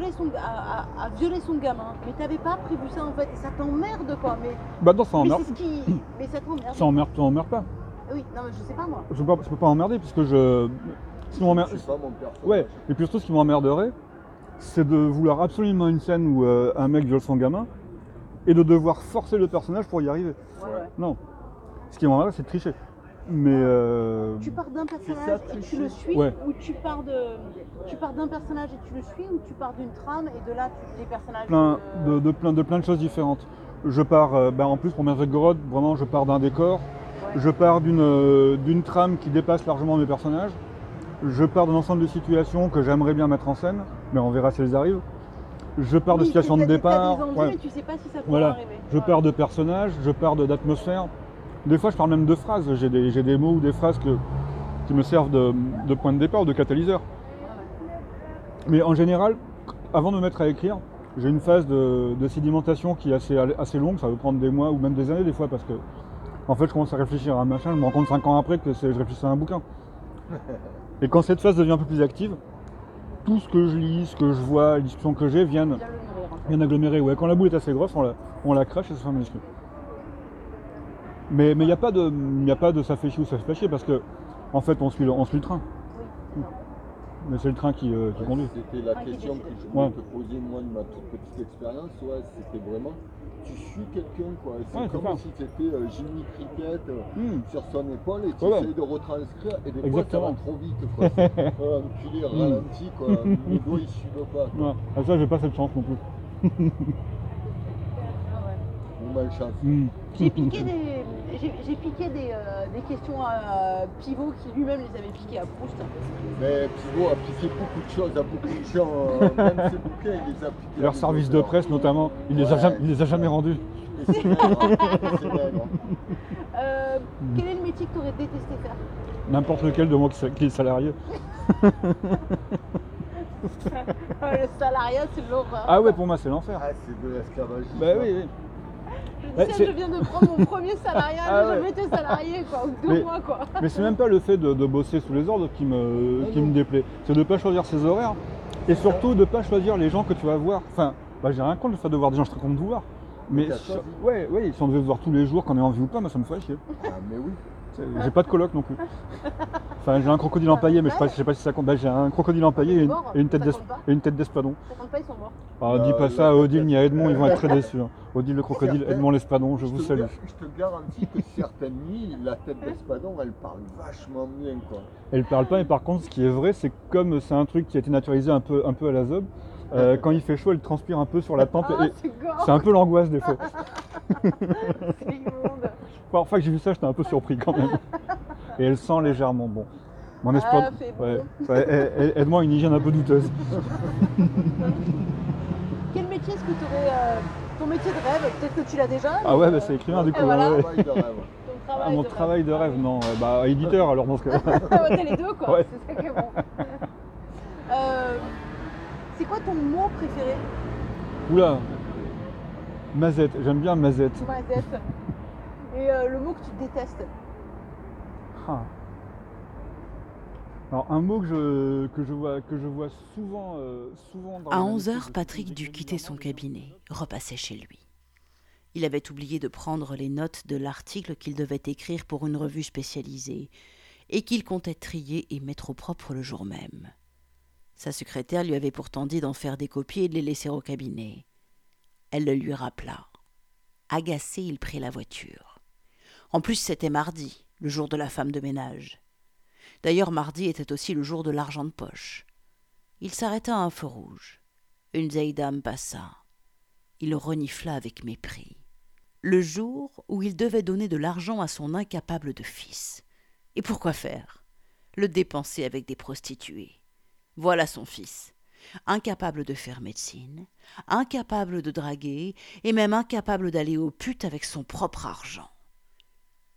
violer son gamin. Mais t'avais pas prévu ça en fait et ça t'emmerde quoi. Bah non, ça Mais emmerde. c'est ce qui. Mais ça t'emmerde. Ça emmerde pas. Oui, non mais je sais pas moi. Je peux pas emmerder puisque je. Ce qui m'emmerde. Je suis pas mon personnage. Ouais, et puis surtout ce qui m'emmerderait, c'est de vouloir absolument une scène où un mec viole son gamin et de devoir forcer le personnage pour y arriver. Ouais. Non. Ce qui m'emmerderait, c'est de tricher. Mais. Tu pars d'un personnage ça, et tu tricher. le suis, Ouais. ou tu pars d'un personnage et tu le suis, ou tu pars d'une trame et de là les personnages. plein de choses différentes. Je pars, en plus pour Gorod, vraiment je pars d'un décor, Ouais. je pars d'une trame qui dépasse largement mes personnages, je pars d'un ensemble de situations que j'aimerais bien mettre en scène, mais on verra si elles arrivent. Je pars de Oui, situations de t'as des départ, envies, ouais. mais tu sais pas si ça pourra Voilà. arriver. Je pars de personnages, je pars d'atmosphère. Des fois je pars même de phrases, j'ai des mots ou des phrases qui me servent de point de départ ou de catalyseur. Mais en général, avant de me mettre à écrire, j'ai une phase de sédimentation qui est assez longue, ça peut prendre des mois ou même des années des fois parce que en fait je commence à réfléchir à un machin, je me rends compte 5 ans après que je réfléchissais à un bouquin. Et quand cette phase devient un peu plus active, tout ce que je lis, ce que je vois, les discussions que j'ai viennent Bien le nourrir. agglomérer. Ouais, quand la boule est assez grosse, on la crache et ça fait un manuscrit. Mais il n'y a pas de ça fait chier ou ça fait pas chier parce que en fait on suit le train. Oui. Mais c'est le train qui conduit. C'était la Ah, qui question que décide. je voulais Ouais. te poser, moi, de ma toute petite expérience. Ouais, c'était vraiment, tu suis quelqu'un, quoi. C'est Ouais, c'est comme ça. si c'était Jimmy Cricket Hmm. sur son épaule et tu Ouais, ouais. essayes de retranscrire et des fois Exactement. ça va trop vite, quoi. Enculé, ralenti, quoi. Mes doigts, ils suivent pas, quoi. Ouais. Ah, ça j'ai pas cette chance non plus. Ah ouais. Ou malchance. Hmm. J'ai piqué des questions à Pivot qui lui-même les avait piquées à Proust. Mais Pivot a piqué beaucoup de choses à beaucoup de gens. Même ses bouquins, il les a piqués. à Leur des service de auteurs. presse notamment, il les a jamais rendus. Et c'est maigre, hein. C'est maigre. Quel est le métier que tu aurais détesté faire? N'importe lequel de moi qui est salarié. Le salariat, c'est l'horreur. Ah ouais, pour moi c'est l'enfer. Ah, c'est de l'esclavagisme. Bah oui, oui. Je Ouais, dis ça, c'est- je viens de prendre mon premier salariat, Ah j'ai ouais. jamais été salarié, quoi, ou 2 Mais- mois, quoi. Mais c'est même pas le fait de bosser sous les ordres qui me déplaît. C'est de pas choisir ses horaires et surtout de pas choisir les gens que tu vas voir. Enfin, j'ai rien contre le fait de voir des gens que je serais content de voir. Mais t'as choisi. ouais, si on devait se voir tous les jours, qu'on ait envie ou pas, moi ça me ferait chier. Ah, mais oui. J'ai pas de coloc non plus. Enfin, j'ai un crocodile empaillé, mais je sais pas si ça compte. J'ai un crocodile empaillé et une tête Ça compte pas. d'espadon. Ça compte pas, ils sont morts. Ah, dis pas ça à Odile ni à Edmond, ils vont être très déçus. Hein. Odile le crocodile, Certains- Edmond l'espadon, je vous salue. Je te garantis que certaines nuits, la tête d'espadon, elle parle vachement bien, quoi. Elle parle pas, mais par contre, ce qui est vrai, c'est que comme c'est un truc qui a été naturalisé un peu à la zob, quand il fait chaud, elle transpire un peu sur la tempe Ah, et c'est gore, c'est un peu l'angoisse des fois. c'est immonde. Première fois que j'ai vu ça, j'étais un peu surpris quand même. Et elle sent légèrement bon. Mon Ah, espadon. fait bon. Ouais, aide-moi à une hygiène un peu douteuse. Quel métier est-ce que tu aurais. Ton métier de rêve, peut-être que tu l'as déjà. Ah ouais, c'est écrivain du coup. Et voilà. ouais. Travail de rêve. Ton Ah, travail mon de travail de rêve, Ah oui. non. Éditeur alors dans ce cas. Ah ouais, t'as les deux, quoi. Ouais. C'est ça qui est bon. C'est quoi ton mot préféré? Oula. Mazette, j'aime bien Mazette. Mazette. Et le mot que tu détestes? Ah. Alors un mot que je vois souvent dans À les 11 manuscrits heures, de Patrick Sylvie dut quitter son Régulièrement, cabinet, repasser chez lui. Il avait oublié de prendre les notes de l'article qu'il devait écrire pour une revue spécialisée et qu'il comptait trier et mettre au propre le jour même. Sa secrétaire lui avait pourtant dit d'en faire des copies et de les laisser au cabinet. Elle le lui rappela. Agacé, il prit la voiture. En plus, c'était mardi, le jour de la femme de ménage. D'ailleurs, mardi était aussi le jour de l'argent de poche. Il s'arrêta à un feu rouge. Une vieille dame passa. Il renifla avec mépris. Le jour où il devait donner de l'argent à son incapable de fils. Et pourquoi faire? Le dépenser avec des prostituées. Voilà son fils. Incapable de faire médecine, incapable de draguer, et même incapable d'aller aux putes avec son propre argent.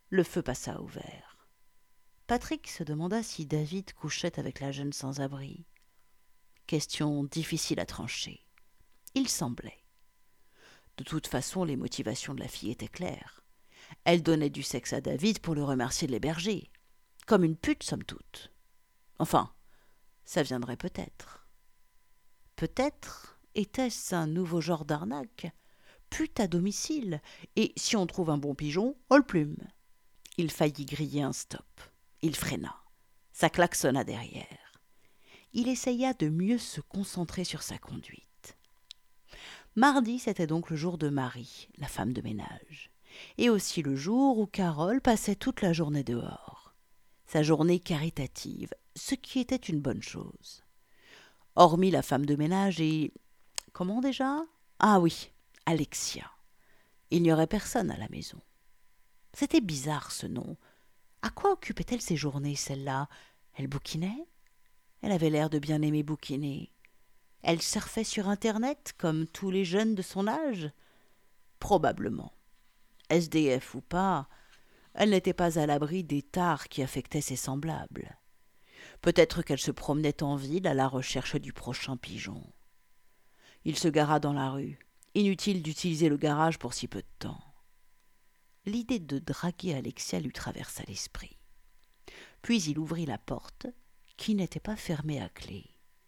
Le feu passa au vert. Patrick se demanda si David couchait avec la jeune sans-abri. Question difficile à trancher. Il semblait. De toute façon, les motivations de la fille étaient claires. Elle donnait du sexe à David pour le remercier de l'héberger. Comme une pute, somme toute. Enfin, ça viendrait peut-être. Peut-être était-ce un nouveau genre d'arnaque, pute à domicile, et si on trouve un bon pigeon, on le plume. Il faillit griller un stop. Il freina. Ça klaxonna derrière. Il essaya de mieux se concentrer sur sa conduite. Mardi, c'était donc le jour de Marie, la femme de ménage, et aussi le jour où Carole passait toute la journée dehors. Sa journée caritative, ce qui était une bonne chose. Hormis la femme de ménage et... Comment déjà ? Ah oui, Alexia. Il n'y aurait personne à la maison. C'était bizarre ce nom. À quoi occupait-elle ses journées, celle-là ? Elle bouquinait ? Elle avait l'air de bien aimer bouquiner. Elle surfait sur Internet, comme tous les jeunes de son âge ? Probablement. SDF ou pas, elle n'était pas à l'abri des tares qui affectaient ses semblables. Peut-être qu'elle se promenait en ville à la recherche du prochain pigeon. Il se gara dans la rue. Inutile d'utiliser le garage pour si peu de temps. L'idée de draguer Alexia lui traversa l'esprit. Puis il ouvrit la porte, qui n'était pas fermée à clé.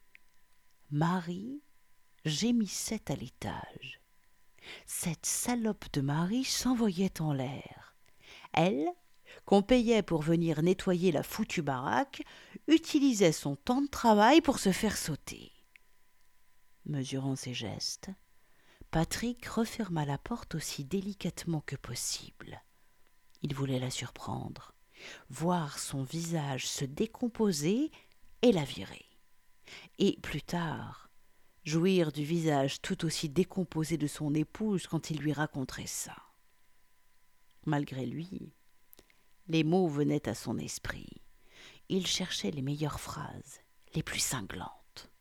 Marie gémissait à l'étage. Cette salope de Marie s'envoyait en l'air. Elle, qu'on payait pour venir nettoyer la foutue baraque, utilisait son temps de travail pour se faire sauter. Mesurant ses gestes, Patrick referma la porte aussi délicatement que possible. Il voulait la surprendre, voir son visage se décomposer et la virer. Et plus tard, jouir du visage tout aussi décomposé de son épouse quand il lui raconterait ça. Malgré lui, les mots venaient à son esprit. Il cherchait les meilleures phrases, les plus cinglantes.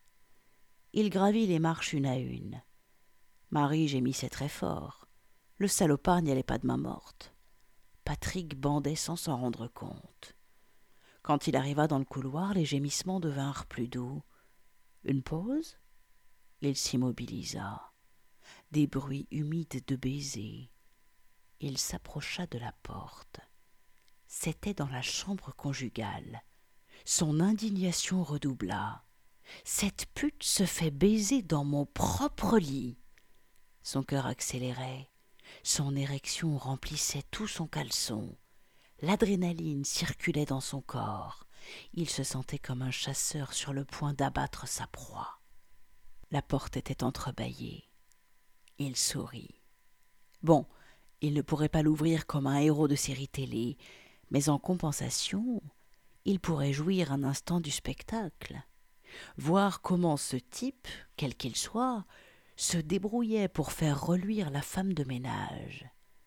Il gravit les marches une à une. Marie gémissait très fort. Le salopard n'y allait pas de main morte. Patrick bandait sans s'en rendre compte. Quand il arriva dans le couloir, les gémissements devinrent plus doux. Une pause ? Il s'immobilisa. Des bruits humides de baisers. Il s'approcha de la porte. C'était dans la chambre conjugale. Son indignation redoubla. Cette pute se fait baiser dans mon propre lit. Son cœur accélérait. Son érection remplissait tout son caleçon. L'adrénaline circulait dans son corps. Il se sentait comme un chasseur sur le point d'abattre sa proie. La porte était entrebâillée. Il sourit. Bon, il ne pourrait pas l'ouvrir comme un héros de série télé, mais en compensation, il pourrait jouir un instant du spectacle. Voir comment ce type, quel qu'il soit, se débrouillait pour faire reluire la femme de ménage.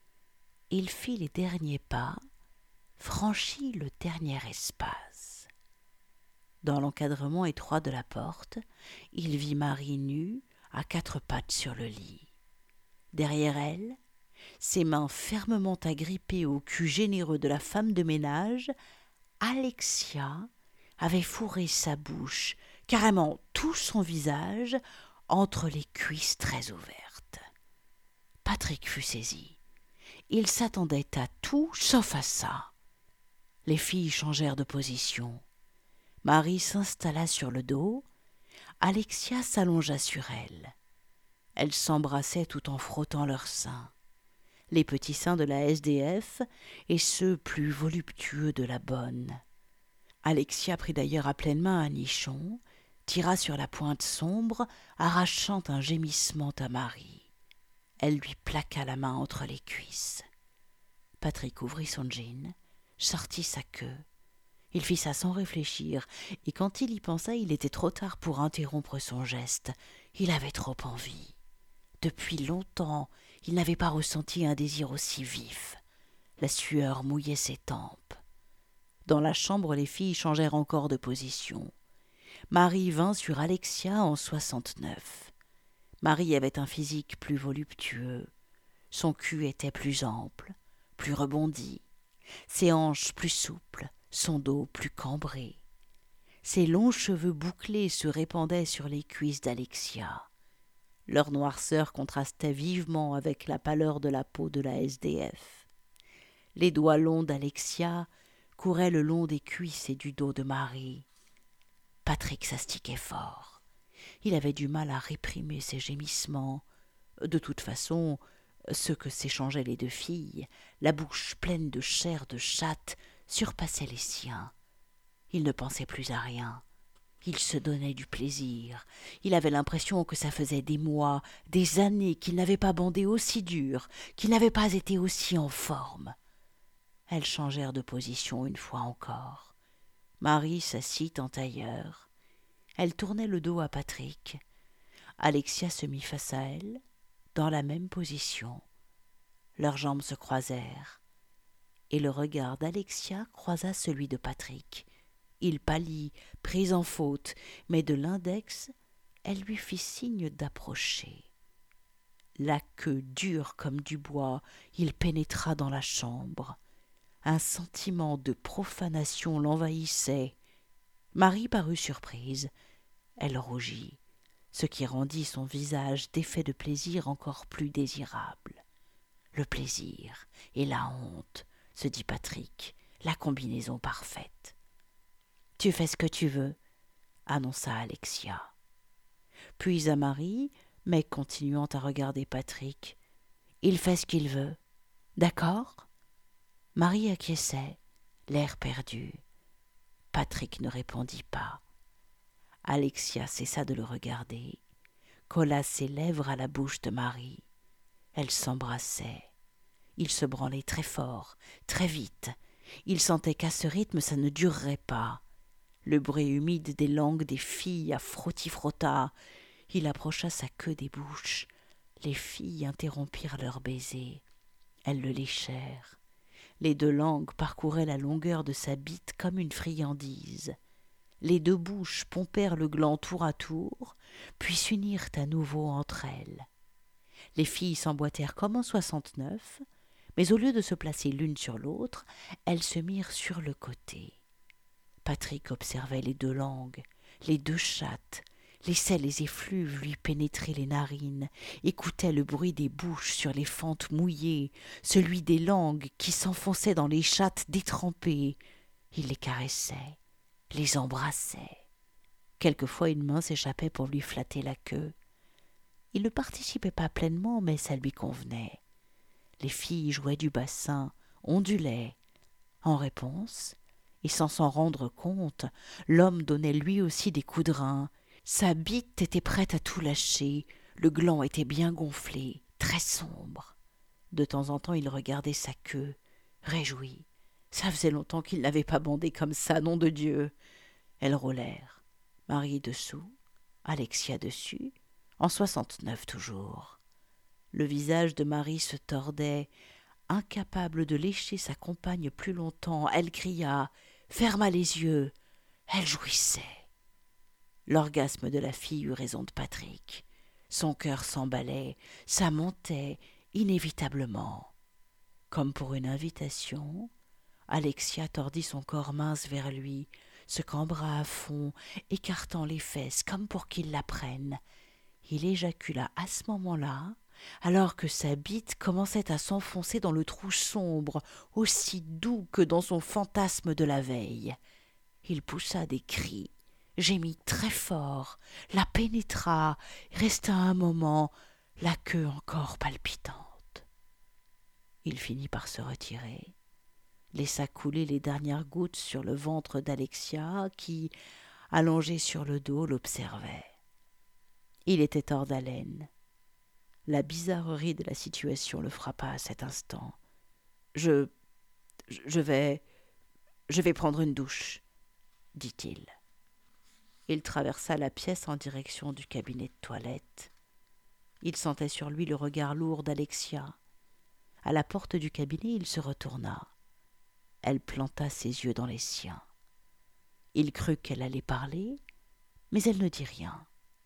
Il fit les derniers pas, franchit le dernier espace. Dans l'encadrement étroit de la porte, il vit Marie nue, à quatre pattes sur le lit. Derrière elle, ses mains fermement agrippées au cul généreux de la femme de ménage, Alexia avait fourré sa bouche, carrément tout son visage, entre les cuisses très ouvertes. Patrick fut saisi. Il s'attendait à tout sauf à ça. Les filles changèrent de position. Marie s'installa sur le dos. Alexia s'allongea sur elle. Elles s'embrassaient tout en frottant leurs seins. Les petits seins de la SDF et ceux plus voluptueux de la bonne. Alexia prit d'ailleurs à pleine main un nichon, tira sur la pointe sombre, arrachant un gémissement à Marie. Elle lui plaqua la main entre les cuisses. Patrick ouvrit son jean, sortit sa queue. Il fit ça sans réfléchir, et quand il y pensa, il était trop tard pour interrompre son geste. Il avait trop envie. Depuis longtemps, il n'avait pas ressenti un désir aussi vif. La sueur mouillait ses tempes. Dans la chambre, les filles changèrent encore de position. Marie vint sur Alexia en 69. Marie avait un physique plus voluptueux. Son cul était plus ample, plus rebondi. ses hanches plus souples, son dos plus cambré. Ses longs cheveux bouclés se répandaient sur les cuisses d'Alexia. Leur noirceur contrastait vivement avec la pâleur de la peau de la SDF. Les doigts longs d'Alexia couraient le long des cuisses et du dos de Marie. Patrick s'astiquait fort. Il avait du mal à réprimer ses gémissements. De toute façon, ce que s'échangeaient les deux filles, la bouche pleine de chair de chatte, surpassait les siens. Il ne pensait plus à rien. Il se donnait du plaisir. Il avait l'impression que ça faisait des mois, des années qu'il n'avait pas bandé aussi dur, qu'il n'avait pas été aussi en forme. Elles changèrent de position une fois encore. Marie s'assit en tailleur. Elle tournait le dos à Patrick. Alexia se mit face à elle, dans la même position. Leurs jambes se croisèrent, et le regard d'Alexia croisa celui de Patrick. Il pâlit, pris en faute, mais de l'index, elle lui fit signe d'approcher. La queue dure comme du bois, il pénétra dans la chambre. Un sentiment de profanation l'envahissait. Marie parut surprise. Elle rougit, ce qui rendit son visage d'effet de plaisir encore plus désirable. Le plaisir et la honte, se dit Patrick, la combinaison parfaite. « Tu fais ce que tu veux, » annonça Alexia. Puis à Marie, mais continuant à regarder Patrick, « Il fait ce qu'il veut, d'accord ?» Marie acquiesçait, l'air perdu. Patrick ne répondit pas. Alexia cessa de le regarder, colla ses lèvres à la bouche de Marie. Elles s'embrassaient. Ils se branlaient très fort, très vite. Il sentait qu'à ce rythme ça ne durerait pas. Le bruit humide des langues des filles à frotti-frotta. Il approcha sa queue des bouches. Les filles interrompirent leur baiser. Elles le léchèrent. Les deux langues parcouraient la longueur de sa bite comme une friandise. Les deux bouches pompèrent le gland tour à tour, puis s'unirent à nouveau entre elles. Les filles s'emboîtèrent comme en 69, mais au lieu de se placer l'une sur l'autre, elles se mirent sur le côté. Patrick observait les deux langues, les deux chattes, laissait les effluves lui pénétrer les narines, écoutait le bruit des bouches sur les fentes mouillées, celui des langues qui s'enfonçaient dans les chattes détrempées. Il les caressait, les embrassait. Quelquefois une main s'échappait pour lui flatter la queue. Il ne participait pas pleinement, mais ça lui convenait. Les filles jouaient du bassin, ondulaient. En réponse, et sans s'en rendre compte, l'homme donnait lui aussi des coups de rein. Sa bite était prête à tout lâcher, le gland était bien gonflé, très sombre. De temps en temps, il regardait sa queue, réjoui. Ça faisait longtemps qu'il n'avait pas bandé comme ça, nom de Dieu. Elles roulèrent, Marie dessous, Alexia dessus, en 69 toujours. Le visage de Marie se tordait, incapable de lécher sa compagne plus longtemps. Elle cria, ferma les yeux. Elle jouissait. L'orgasme de la fille eut raison de Patrick. Son cœur s'emballait, ça montait inévitablement. Comme pour une invitation, Alexia tordit son corps mince vers lui, se cambra à fond, écartant les fesses comme pour qu'il la prenne. Il éjacula à ce moment-là, alors que sa bite commençait à s'enfoncer dans le trou sombre, aussi doux que dans son fantasme de la veille. Il poussa des cris, gémit très fort, la pénétra, resta un moment, la queue encore palpitante. Il finit par se retirer, laissa couler les dernières gouttes sur le ventre d'Alexia qui, allongée sur le dos, l'observait. Il était hors d'haleine. La bizarrerie de la situation le frappa à cet instant. Je vais prendre une douche, dit-il. Il traversa la pièce en direction du cabinet de toilette. Il sentait sur lui le regard lourd d'Alexia. À la porte du cabinet, il se retourna. Elle planta ses yeux dans les siens. Il crut qu'elle allait parler, mais elle ne dit rien.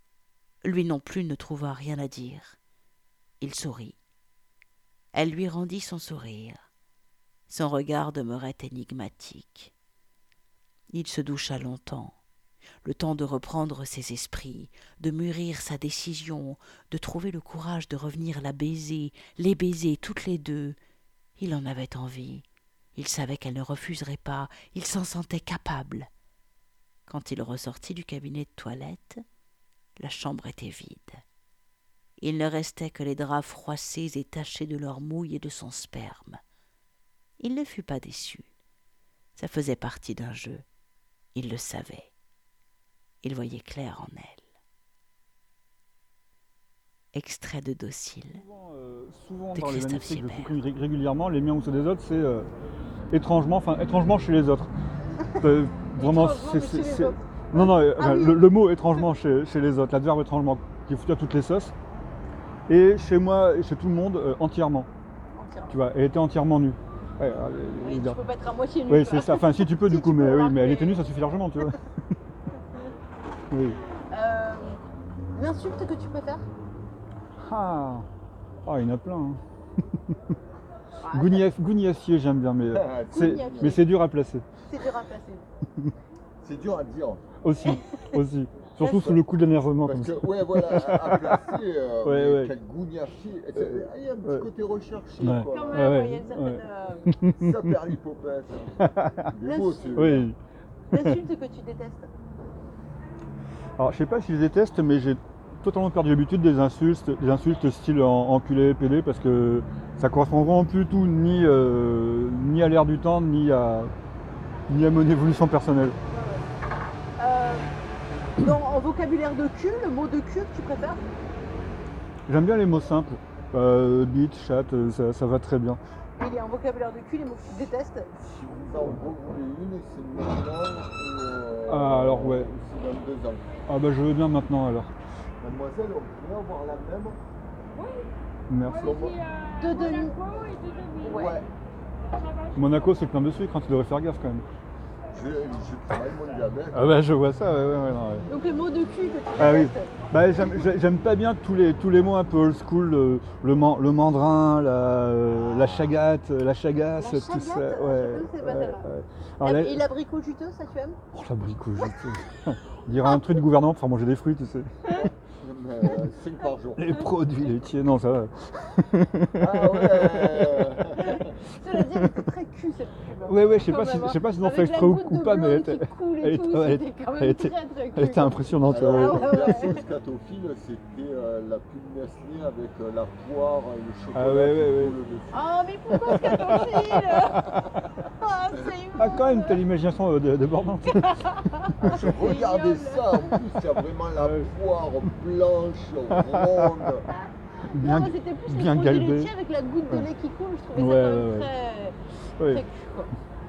Lui non plus ne trouva rien à dire. Il sourit. Elle lui rendit son sourire. Son regard demeurait énigmatique. Il se doucha longtemps, le temps de reprendre ses esprits, de mûrir sa décision, de trouver le courage de revenir les baiser toutes les deux. Il en avait envie. Il savait qu'elle ne refuserait pas. Il s'en sentait capable. Quand il ressortit du cabinet de toilette, la chambre était vide. Il ne restait que les draps froissés et tachés de leur mouille et de son sperme. Il ne fut pas déçu. Ça faisait partie d'un jeu. Il le savait. Il voyait clair en elle. Extrait de Docile. Souvent de dans les Christophe manuscrits que je Sibert. supprime régulièrement, les miens ou ceux des autres, c'est étrangement chez les autres. Vraiment, Étrangement, mais chez les autres. Non, non, Ah oui. le mot étrangement chez les autres, l'adverbe étrangement, qui est foutu à toutes les sauces. Et chez moi et chez tout le monde, entièrement. Entièrement. Tu vois, elle était entièrement nue. Ouais, Oui, tu peux pas être à moitié nu. oui, tu c'est vois. ça. Enfin, si tu peux, Si du coup, tu peux, mais oui, alors, mais elle mais- était nue, ça suffit largement, tu vois. Oui. L'insulte que tu préfères Ah, il y en a plein. Hein. Ah, Gougnafier, j'aime bien, mais Gougnafier. mais c'est dur à placer. C'est dur à placer. C'est dur à dire. Aussi. Surtout sous le coup de l'énervement comme Parce ça. que, ouais, voilà, à placer, Ouais, mais ouais. quel gougnafier. Il y a un petit ouais. côté recherché, Ouais. quoi. Quand même, Ouais, il y a une certaine. Ça perd l'hypopète. C'est beau, c'est Oui. L'insulte que tu détestes. Alors, je sais pas si je les déteste, mais j'ai totalement perdu l'habitude des insultes style enculé, pédé, parce que ça correspond vraiment plus du tout ni à l'ère du temps, ni à mon évolution personnelle. En vocabulaire de cul, le mot de cul que tu préfères J'aime bien les mots simples. Bite, chatte, ça va très bien. Il y a un vocabulaire de cul, les mots que tu détestes. Si vous en revoulez une, c'est maintenant ou Ah, alors, ouais. c'est dans 2 ans. Ah bah je veux bien maintenant alors. Mademoiselle, on pourrait avoir la même. Merci. Deux demi. Ouais. Ouais. Monaco c'est plein de sucre, hein, tu devrais faire gaffe quand même. Je travaille mon diabète. Ah bah je vois ça, ouais, non, ouais. Donc le mot de cul que tu Ah oui. détestes. Bah, j'aime pas bien tous les mots un peu old school, le mandrin, la chagate, la chagasse, La tout chagate, ça. je sais pas celle-là. Alors là, Et l'abricot juteux, ça tu aimes oh, l'abricot juteux. On dirait un truc de gouvernement pour faire manger des fruits, tu sais. 5 par jour. Les produits laitiers, non ça va. Ah ouais. Cela dit, elle était très cul cette pub. Ouais, je sais Quand pas si même, hein. je sais pas si ils ont fait Avec la exprès goutte ou de pas, mais bleu qui coule elle et tout, ouais, c'était quand elle même était- très très cul. elle était impressionnante. Alors, ouais. Ah ouais. la sauce catophile, c'était la pub Nestlé avec la poire et le chocolat Ah ouais, qui ouais. coule dessus. Ah mais pourquoi scatophile Ah c'est Ah quand même, t'as l'imagination débordante. Je regardais ça, en plus, il y a vraiment la Ouais. poire blanche, ronde. Bien, Non, c'était plus bien les produits galbé. laitiers avec la goutte de Ouais. lait qui coule, je trouvais Ouais, ça quand même ouais, très, Ouais. très cul. Quoi.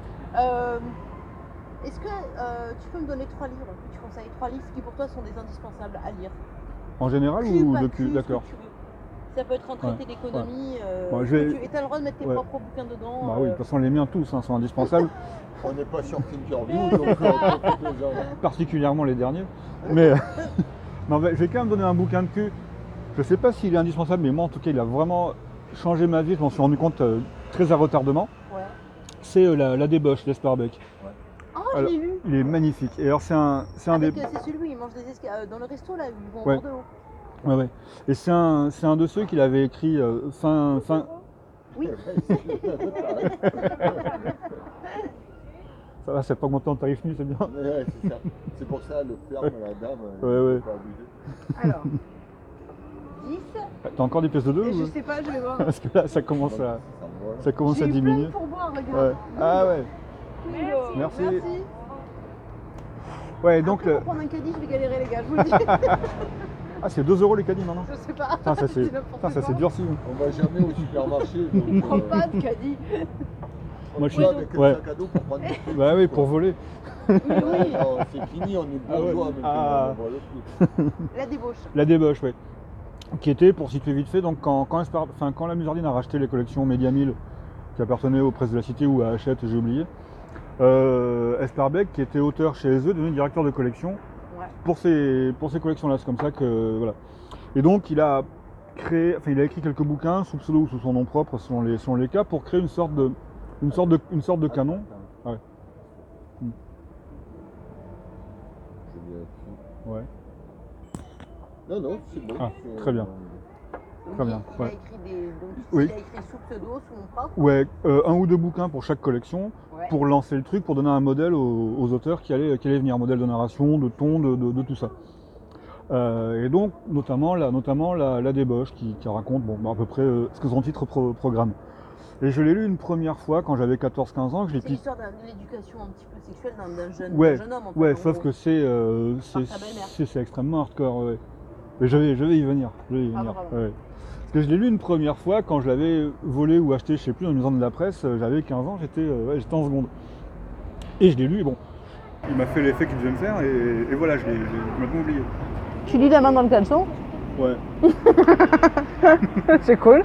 Est-ce que tu peux me donner 3 livres que tu conseilles 3 livres qui pour toi sont des indispensables à lire En général Cul, ou pas de cul, cul, ce que d'accord. tu veux. Ça peut être un traité d'économie, Bon, ce je vais- que tu et t'as le droit de mettre tes Ouais. propres bouquins dedans. Bah oui, de toute façon les miens tous sont indispensables, On n'est pas sur Thinkerview, donc on peut déjà. particulièrement les derniers. Mais non, je vais quand même donner un bouquin de cul. Je sais pas s'il est indispensable, mais moi en tout cas il a vraiment changé ma vie, je m'en suis rendu compte très à retardement. Ouais. C'est la débauche d'Esperbeck. Oh, Alors, je l'ai lu Il est magnifique. Et alors c'est un des. Avec, c'est celui où ils mangent des escalopes dans le resto là, où ils vont Ouais. au Bordeaux. Ouais. Et c'est un de ceux qu'il avait écrit fin. Oui. Ça va, c'est pas augmenté en tarif nu, c'est bien. Ouais, c'est ça. C'est pour ça, le ferme, la dame, Ouais. pas abusé. Alors, 10. T'as encore des pièces de 2 Et je ou... sais pas, je vais voir. Parce que là ça commence à J'ai eu diminuer. plein de pourboires, regarde. Ouais. Ah ouais. Merci. Merci. Ouais, donc Après, pour prendre un caddie, je vais galérer les gars, je vous le dis. ah c'est 2 € les caddies maintenant. Je sais pas. Putain, ça c'est n'importe ça quoi. c'est durci. On va jamais au supermarché. Donc, Je prends pas de caddie. Moi, je on suis- va avec un ouais. sac à dos pour prendre des trucs. Bah oui, pour voler. Oui, Ouais, non, c'est fini, on est Ah ouais. bourgeois maintenant, Ah. on voit le truc. la débauche. La débauche, ouais. Qui était, pour situer vite fait, donc quand la Musardine a racheté les collections Média 1000 qui appartenaient aux Presses de la Cité ou à Hachette, j'ai oublié, Esperbeck, qui était auteur chez eux, devenu directeur de collection Ouais. pour ces collections-là. C'est comme ça que voilà. Et donc il a écrit quelques bouquins sous pseudo ou sous son nom propre selon les cas pour créer une sorte Une sorte de canon. Ouais. Je vérifie. Ouais. Non, c'est bon. Ah, très bien. Très bien. Il a Ouais. écrit Oui. il a écrit sous pseudo, sous nom propre. Ouais, un ou deux bouquins pour chaque collection, Ouais. pour lancer le truc, pour donner un modèle aux auteurs qui allaient venir, un modèle de narration, de ton, de tout ça. Et donc, notamment la débauche qui raconte à peu près ce que son titre programme. Et je l'ai lu une première fois quand j'avais 14-15 ans, que je l'ai C'est piqué. l'histoire de l'éducation un petit peu sexuelle d'un jeune homme. En fait, Ouais, en sauf gros. que Par sa belle-mère. c'est extrêmement hardcore. Ouais. Mais je vais y venir. Bravo. Ouais. Parce que je l'ai lu une première fois quand je l'avais volé ou acheté, je sais plus, dans une maison de la presse. J'avais 15 ans, j'étais en seconde. Et je l'ai lu, et bon, il m'a fait l'effet qu'il devait me faire, et voilà, je l'ai complètement oublié. Tu lis la main dans le caleçon. Ouais. C'est cool.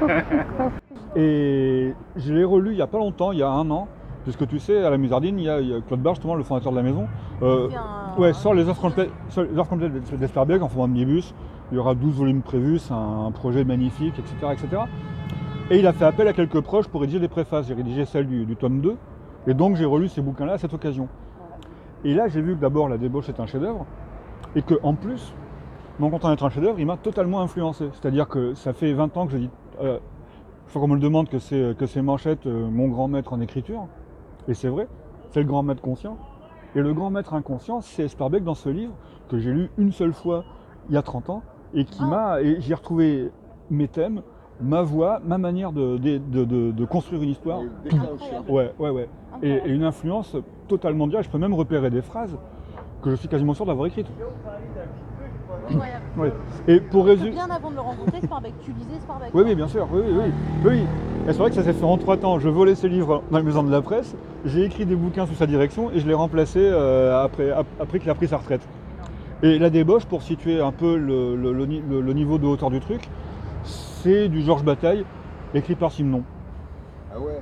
Et je l'ai relu il n'y a pas longtemps, il y a 1 an, puisque tu sais, à la Musardine, il y a Claude Barre, justement, le fondateur de la maison, sort les œuvres complètes d'Esperberg en format omnibus. Il y aura 12 volumes prévus, c'est un projet magnifique, etc., etc. Et il a fait appel à quelques proches pour rédiger des préfaces. J'ai rédigé celle du tome 2, et donc j'ai relu ces bouquins-là à cette occasion. Et là, j'ai vu que d'abord, La débauche est un chef-d'œuvre, et qu'en plus, non content d'être un chef-d'œuvre, il m'a totalement influencé. C'est-à-dire que ça fait 20 ans que je dis, il faut qu'on me le demande que c'est Manchette, mon grand maître en écriture. Et c'est vrai, c'est le grand maître conscient. Et le grand maître inconscient, c'est Esperbeck dans ce livre que j'ai lu une seule fois il y a 30 ans et et j'y ai retrouvé mes thèmes, ma voix, ma manière de construire une histoire. Et déclencheur. Ouais. Et une influence totalement directe. Je peux même repérer des phrases que je suis quasiment sûr d'avoir écrites. Incroyable. Ouais. Et pour résumer. Bien avant de le rencontrer, Sparbeck, tu lisais Sparbeck. Oui, bien sûr, oui. Et c'est vrai que ça s'est fait en 3 temps. Je volais ses livres dans les maisons de la presse, j'ai écrit des bouquins sous sa direction et je l'ai remplacé après qu'il a pris sa retraite. Et La débauche, pour situer un peu le niveau de hauteur du truc, c'est du Georges Bataille, écrit par Simenon. Ah ouais.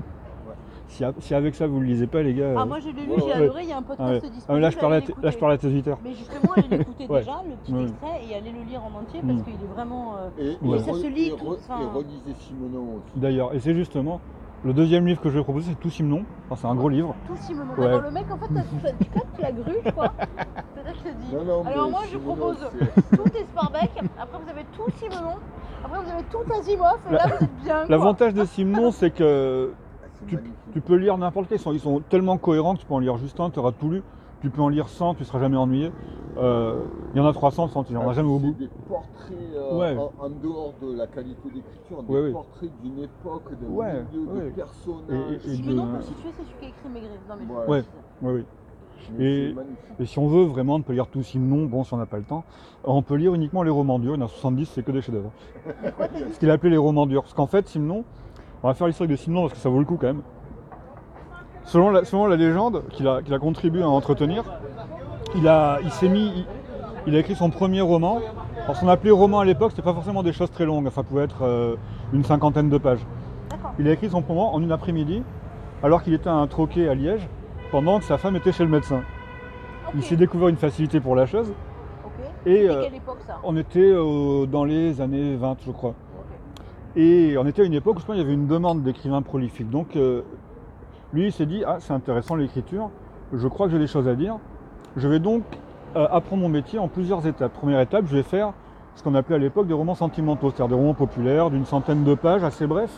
Si avec ça vous le lisez pas, les gars. Moi je l'ai lu, Ouais, j'ai ouais. adoré, il y a un podcast disponible. Là, je parlais à tes auditeurs. Mais justement, allez l'écouter Ouais. déjà, le petit Ouais. extrait, et allez le lire en entier parce qu'il est vraiment. Ouais. ça se lit tout. Et relisez Simenon aussi. D'ailleurs, et c'est justement le deuxième livre que je vais proposer, c'est Tout Simenon. Enfin, c'est un gros livre. Tout Simenon. Ouais. D'abord, le mec, en fait, tu captes la grue, quoi. C'est ça que je te dis. Non, mais Alors moi, je Simenon, propose c'est- tout Esparbeck, après vous avez tout Simenon, après vous avez tout Asimov, et là vous êtes bien. quoi. L'avantage de Simenon, c'est que c'est magnifique. tu peux lire n'importe quel. Ils sont tellement cohérents que tu peux en lire juste un, tu auras tout lu. Tu peux en lire 100, tu ne seras jamais ennuyé. Il y en a 300, tu n'en auras jamais au C'est bout. des portraits Ouais. en dehors de la qualité d'écriture, des Ouais. portraits d'une époque, d'un Ouais, milieu, ouais. de personnages. Et Simenon, de- pour situer, c'est celui qui a écrit Maigret. Non mais Ouais. Oui. Mais Et- c'est magnifique. Et si on veut vraiment ne pas lire tout Simenon, bon, si on n'a pas le temps, on peut lire uniquement les romans durs. Il y en a 70, c'est que des chefs-d'œuvre. Ce qu'il appelait les romans durs. Parce qu'en fait, Simenon, on va faire l'historique de Simenon parce que ça vaut le coup quand même. Selon la légende qu'il a contribué à entretenir, il a écrit son premier roman. Alors, ce qu'on appelait roman à l'époque, c'était pas forcément des choses très longues. Enfin, ça pouvait être une 50aine de pages. D'accord. Il a écrit son roman en une après-midi, alors qu'il était à un troquet à Liège, pendant que sa femme était chez le médecin. Il s'est découvert une facilité pour la chose. Ok. Et, C'était quelle époque ça? On était dans les années 20, je crois. Et on était à une époque où je pense, il y avait une demande d'écrivains prolifiques. Donc lui, il s'est dit, c'est intéressant l'écriture, je crois que j'ai des choses à dire. Je vais donc apprendre mon métier en plusieurs étapes. Première étape, je vais faire ce qu'on appelait à l'époque des romans sentimentaux, c'est-à-dire des romans populaires d'une centaine de pages, assez brefs,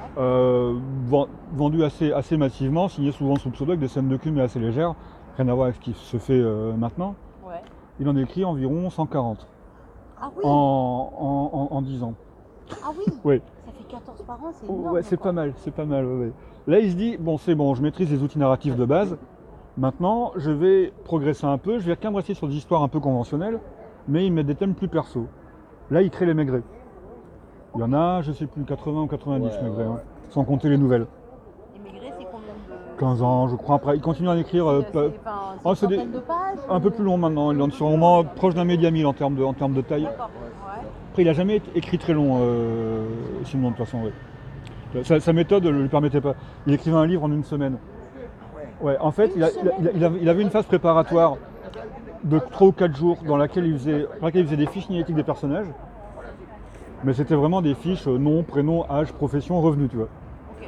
vendus assez massivement, signés souvent sous pseudo avec des scènes de cul mais assez légères, rien à voir avec ce qui se fait maintenant. Ouais. Il en écrit environ 140 Ah oui. en 10 ans. Ah oui. Oui. Ça fait 14 par an, c'est Oh, énorme. ouais, c'est quoi. pas mal. Ouais. Là, il se dit, c'est bon, je maîtrise les outils narratifs de base. Maintenant, je vais progresser un peu, je vais quand même rester sur des histoires un peu conventionnelles, mais il met des thèmes plus perso. Là, il crée les Maigret. Il y en a, je sais plus, 80 ou 90 Ouais, Maigret, ouais. hein, sans compter les nouvelles. Et Maigret, c'est combien de. 15 ans, je crois. Après, il continue à en écrire C'est c'est une des- centaine de pages un peu plus long maintenant. Il est sur un roman proche d'un média 1000 en termes de taille. D'accord. Ouais. Après, il n'a jamais écrit très long, Simon, de toute façon. Ouais. Sa méthode ne lui permettait pas. Il écrivait un livre en une semaine. Ouais, en fait, il avait une phase préparatoire de 3 ou 4 jours dans laquelle il faisait des fiches génétiques des personnages. Mais c'était vraiment des fiches nom, prénom, âge, profession, revenu, tu vois. Ok.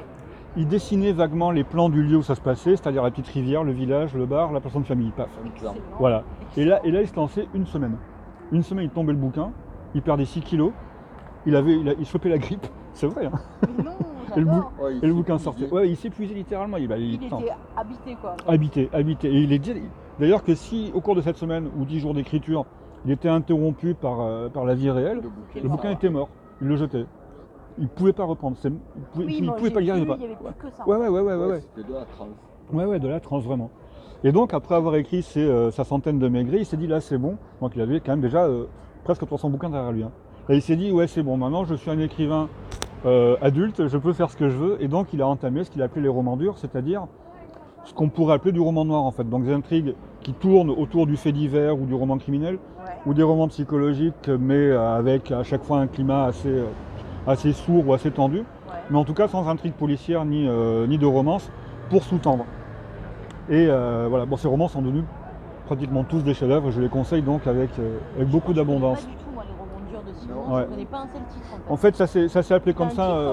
il dessinait vaguement les plans du lieu où ça se passait, c'est-à-dire la petite rivière, le village, le bar, la personne de famille, paf. Excellent. Voilà. Et là, il se lançait une semaine. Une semaine, il tombait le bouquin, il perdait 6 kilos, il chopait la grippe, c'est vrai, hein. Mais non, Et le, j'adore. Ouais, il et le bouquin s'épuisait. sortait. Ouais, il s'épuisait littéralement. Il Il était habité quoi. habité. Et il est dit, d'ailleurs que si, au cours de cette semaine ou 10 jours d'écriture, il était interrompu par la vie réelle, le bouquin était mort. Il le jetait. Il ne pouvait pas reprendre. Il ne pouvait pas, il n'y arrivait pas. Il n'y avait plus que ça. Ouais. C'était de la transe. Ouais, de la transe vraiment. Et donc, après avoir écrit sa centaine de maigris, il s'est dit là, c'est bon. Donc, il avait quand même déjà presque 300 bouquins derrière lui. Hein. Là, il s'est dit, ouais, c'est bon, maintenant je suis un écrivain adulte, je peux faire ce que je veux. Et donc, il a entamé ce qu'il a appelé les romans durs, c'est-à-dire ce qu'on pourrait appeler du roman noir en fait. Donc, des intrigues qui tournent autour du fait divers ou du roman criminel, Ouais. ou des romans psychologiques, mais avec à chaque fois un climat assez sourd ou assez tendu. Ouais. Mais en tout cas sans intrigue policière ni de romance pour sous-tendre. Et voilà, bon, ces romans sont devenus pratiquement tous des chefs-d'œuvre et je les conseille donc avec beaucoup d'abondance. Pas du tout moi les romans durs de Simon, Ouais. je connais pas un seul titre En fait, ça s'est appelé comme T'as un ça.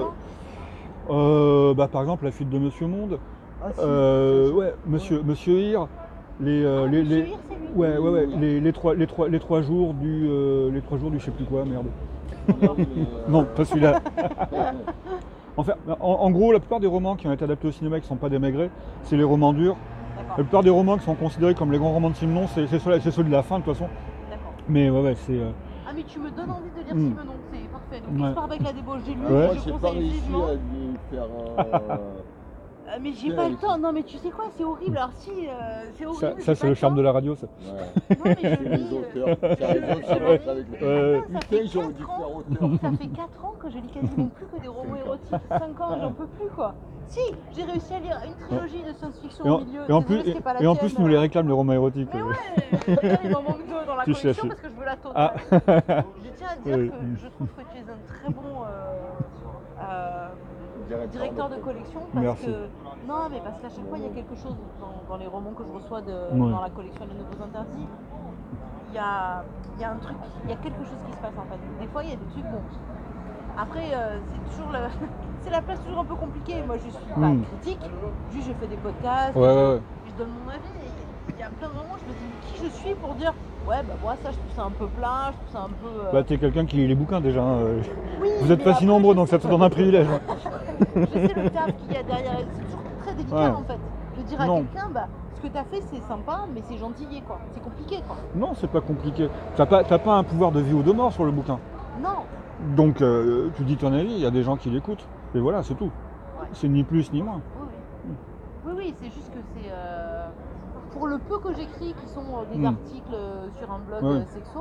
titre, Par exemple, La fuite de Monsieur Monde. Ah, si. Ouais, Monsieur Hir. Monsieur Hir, c'est lui. Ouais. Les trois jours du je sais plus quoi, merde. Non, pas celui-là. Enfin, en gros, la plupart des romans qui ont été adaptés au cinéma et qui ne sont pas des maigrets, c'est les romans durs. La D'accord. plupart des romans qui sont considérés comme les grands romans de Simon, c'est ceux de la fin de toute façon. D'accord. Mais ouais, c'est. Ah mais tu me donnes envie de lire Mm. Simenon, c'est parfait. Donc Ouais. Histoire avec la débauche, j'ai lu, Ouais. Moi, je j'ai pas conseille réussi vivement. à lui faire. Mais j'ai pas le temps, non mais tu sais quoi, c'est horrible, alors si, c'est horrible. Ça, c'est le charme de la radio, ça. Ouais. Non mais je C'est les lis, auteurs. T'as raison, ça va être avec les. Ça fait Putain, j'aurais dû 4 ans. faire auteur. Ça fait 4 ans que je lis quasiment plus que des romans érotiques, 5 ans, j'en peux plus quoi. Si, j'ai réussi à lire une trilogie de science-fiction au milieu, Et en désolée, plus, c'était pas la et en tienne. plus, nous les réclament les romans érotiques. Mais ouais, il m'en manque 2 dans la Tu collection cherches. parce que je veux la totale. Ah. Je tiens à dire Oui. que je trouve que tu es un très bon directeur de collection parce Merci. que non mais parce qu'à chaque fois il y a quelque chose dans les romans que je reçois Ouais. dans la collection Les Nouveaux Interdits. Il y a un truc, il y a quelque chose qui se passe en fait. Des fois il y a des trucs bon. Après c'est toujours c'est la place toujours un peu compliquée. Moi je suis pas critique, juste je fais des podcasts, Ouais. je donne mon avis. Et il y a plein de moments où je me dis mais qui je suis pour dire ouais bah moi ça je trouve ça un peu plat, je trouve ça un peu. Bah, t'es quelqu'un qui lit les bouquins déjà. Hein. Oui, Vous êtes mais pas si après, nombreux, je donc ça te donne un privilège. Hein. Je sais le taf qu'il y a derrière, c'est toujours très délicat Ouais. en fait. De dire à Non. quelqu'un, bah, ce que t'as fait c'est sympa, mais c'est gentillet quoi. C'est compliqué quoi. Non, c'est pas compliqué. T'as pas un pouvoir de vie ou de mort sur le bouquin. Non. Donc, tu dis ton avis, il y a des gens qui l'écoutent. Et voilà, c'est tout. Ouais. C'est ni plus ni moins. Oui, c'est juste que c'est. Pour le peu que j'écris, qui sont des articles sur un blog Ouais. sexo,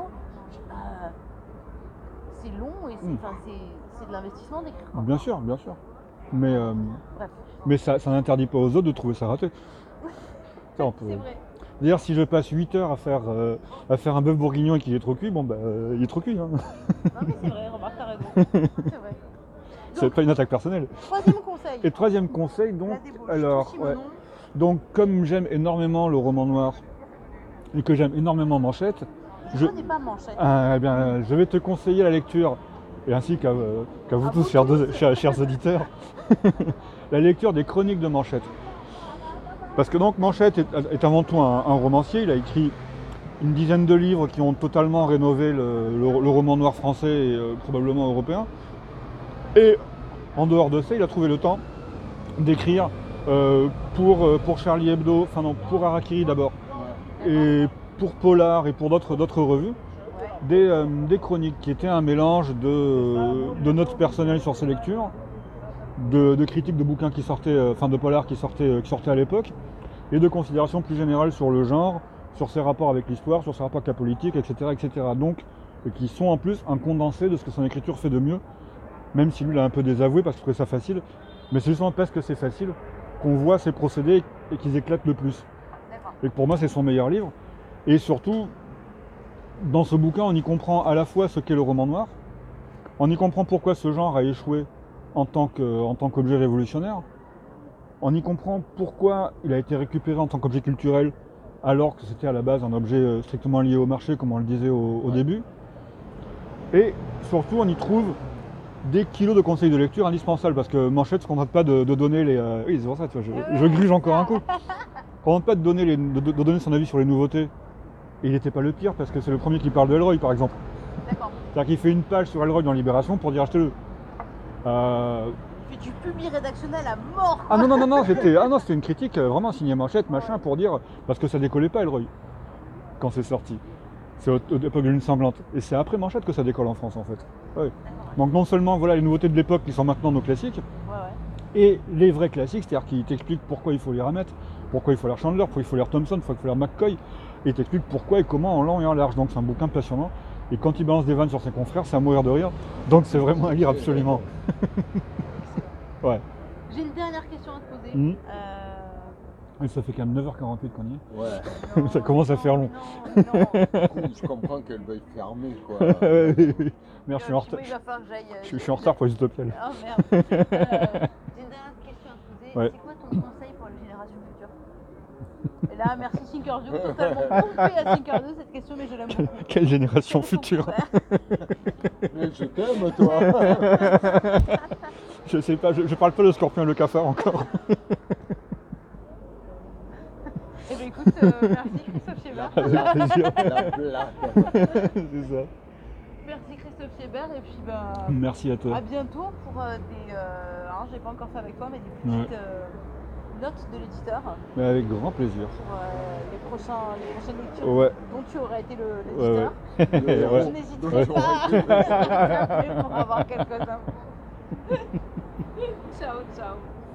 c'est long et c'est de l'investissement d'écrire quoi. Bien sûr. Mais, Bref, mais ça n'interdit pas aux autres de trouver ça raté. Ça, on peut- c'est vrai. D'ailleurs, si je passe 8 heures à faire un bœuf bourguignon et qu'il est trop cuit, bon bah il est trop cuit. Hein. Non mais c'est vrai, remarque, t'as raison. C'est vrai. C'est pas une attaque personnelle. Troisième conseil. Et troisième conseil, La donc, débauche. alors, Simenon. ouais. Donc comme j'aime énormément le roman noir et que j'aime énormément Manchette, Je connais pas Manchette. eh bien, je vais te conseiller la lecture, et ainsi qu'à vous À tous, vous chers auditeurs, la lecture des chroniques de Manchette. Parce que donc Manchette est avant tout un romancier, il a écrit une dizaine de livres qui ont totalement rénové le roman noir français et probablement européen. Et en dehors de ça, il a trouvé le temps d'écrire pour Charlie Hebdo, enfin non, pour Harakiri d'abord, et pour Polar et pour d'autres revues, des chroniques qui étaient un mélange de notes personnelles sur ses lectures, de critiques de bouquins qui sortaient, enfin de Polar qui sortaient à l'époque, et de considérations plus générales sur le genre, sur ses rapports avec l'histoire, sur ses rapports avec la politique, etc. Donc, qui sont en plus un condensé de ce que son écriture fait de mieux, même si lui l'a un peu désavoué parce qu'il trouvait ça facile, mais c'est justement parce que c'est facile qu'on voit ses procédés et qu'ils éclatent le plus. D'accord. Et que pour moi c'est son meilleur livre. Et surtout, dans ce bouquin, on y comprend à la fois ce qu'est le roman noir, on y comprend pourquoi ce genre a échoué en tant qu'objet révolutionnaire, on y comprend pourquoi il a été récupéré en tant qu'objet culturel alors que c'était à la base un objet strictement lié au marché, comme on le disait au début. Et surtout, on y trouve des kilos de conseils de lecture indispensables parce que Manchette ne se contente pas de donner les. Oui, c'est pour ça, tu vois, je gruge encore un coup. Ne se contente pas de donner son avis sur les nouveautés. Et il n'était pas le pire parce que c'est le premier qui parle de Elroy par exemple. D'accord. C'est-à-dire qu'il fait une page sur Elroy dans Libération pour dire achetez-le. Il fait du publi rédactionnel à mort. Ah non, c'était une critique vraiment signée Manchette, machin, pour dire. Parce que ça décollait pas Elroy quand c'est sorti. C'est au l'époque de Lune Semblante. Et c'est après Manchette que ça décolle en France en fait. Ouais. Donc non seulement voilà les nouveautés de l'époque qui sont maintenant nos classiques, et les vrais classiques, c'est-à-dire qui t'expliquent pourquoi il faut lire Hammett, pourquoi il faut lire Chandler, pourquoi il faut lire Thompson, pourquoi il faut lire McCoy, et t'explique pourquoi et comment en long et en large. Donc c'est un bouquin passionnant. Et quand il balance des vannes sur ses confrères, c'est à mourir de rire. Donc c'est vraiment à lire absolument. Ouais. J'ai une dernière question à te poser. Et ça fait quand même 9h48 qu'on y est. Ouais. Ça commence à faire long. Non. Du coup, je comprends qu'elle veuille fermer, quoi. Merde, je suis en retard. Il va falloir que j'aille. Je suis en retard pour les utopiales. Oh merde. J'ai une dernière question à te poser. Ouais. C'est quoi ton conseil pour les générations futures? Et là, merci Thinkerview, totalement pompé à Thinkerview cette question, mais je l'aime beaucoup. Quelle génération Quel est ton future? contraire? Mais je t'aime, toi. Je sais pas, je parle pas de Scorpion et le cafard encore. Eh bien écoute, merci Christophe Schieber. Avec plaisir. La blague. C'est ça. Merci Christophe Schieber, et puis Merci à toi. à bientôt pour des. J'ai pas encore fait avec toi, mais des petites notes de l'éditeur Mais avec grand plaisir. pour les prochaines lectures Ouais. dont tu aurais été l'éditeur. Ouais. Je n'hésiterai pas à t'appeler pour avoir quelques infos. Ciao, ciao.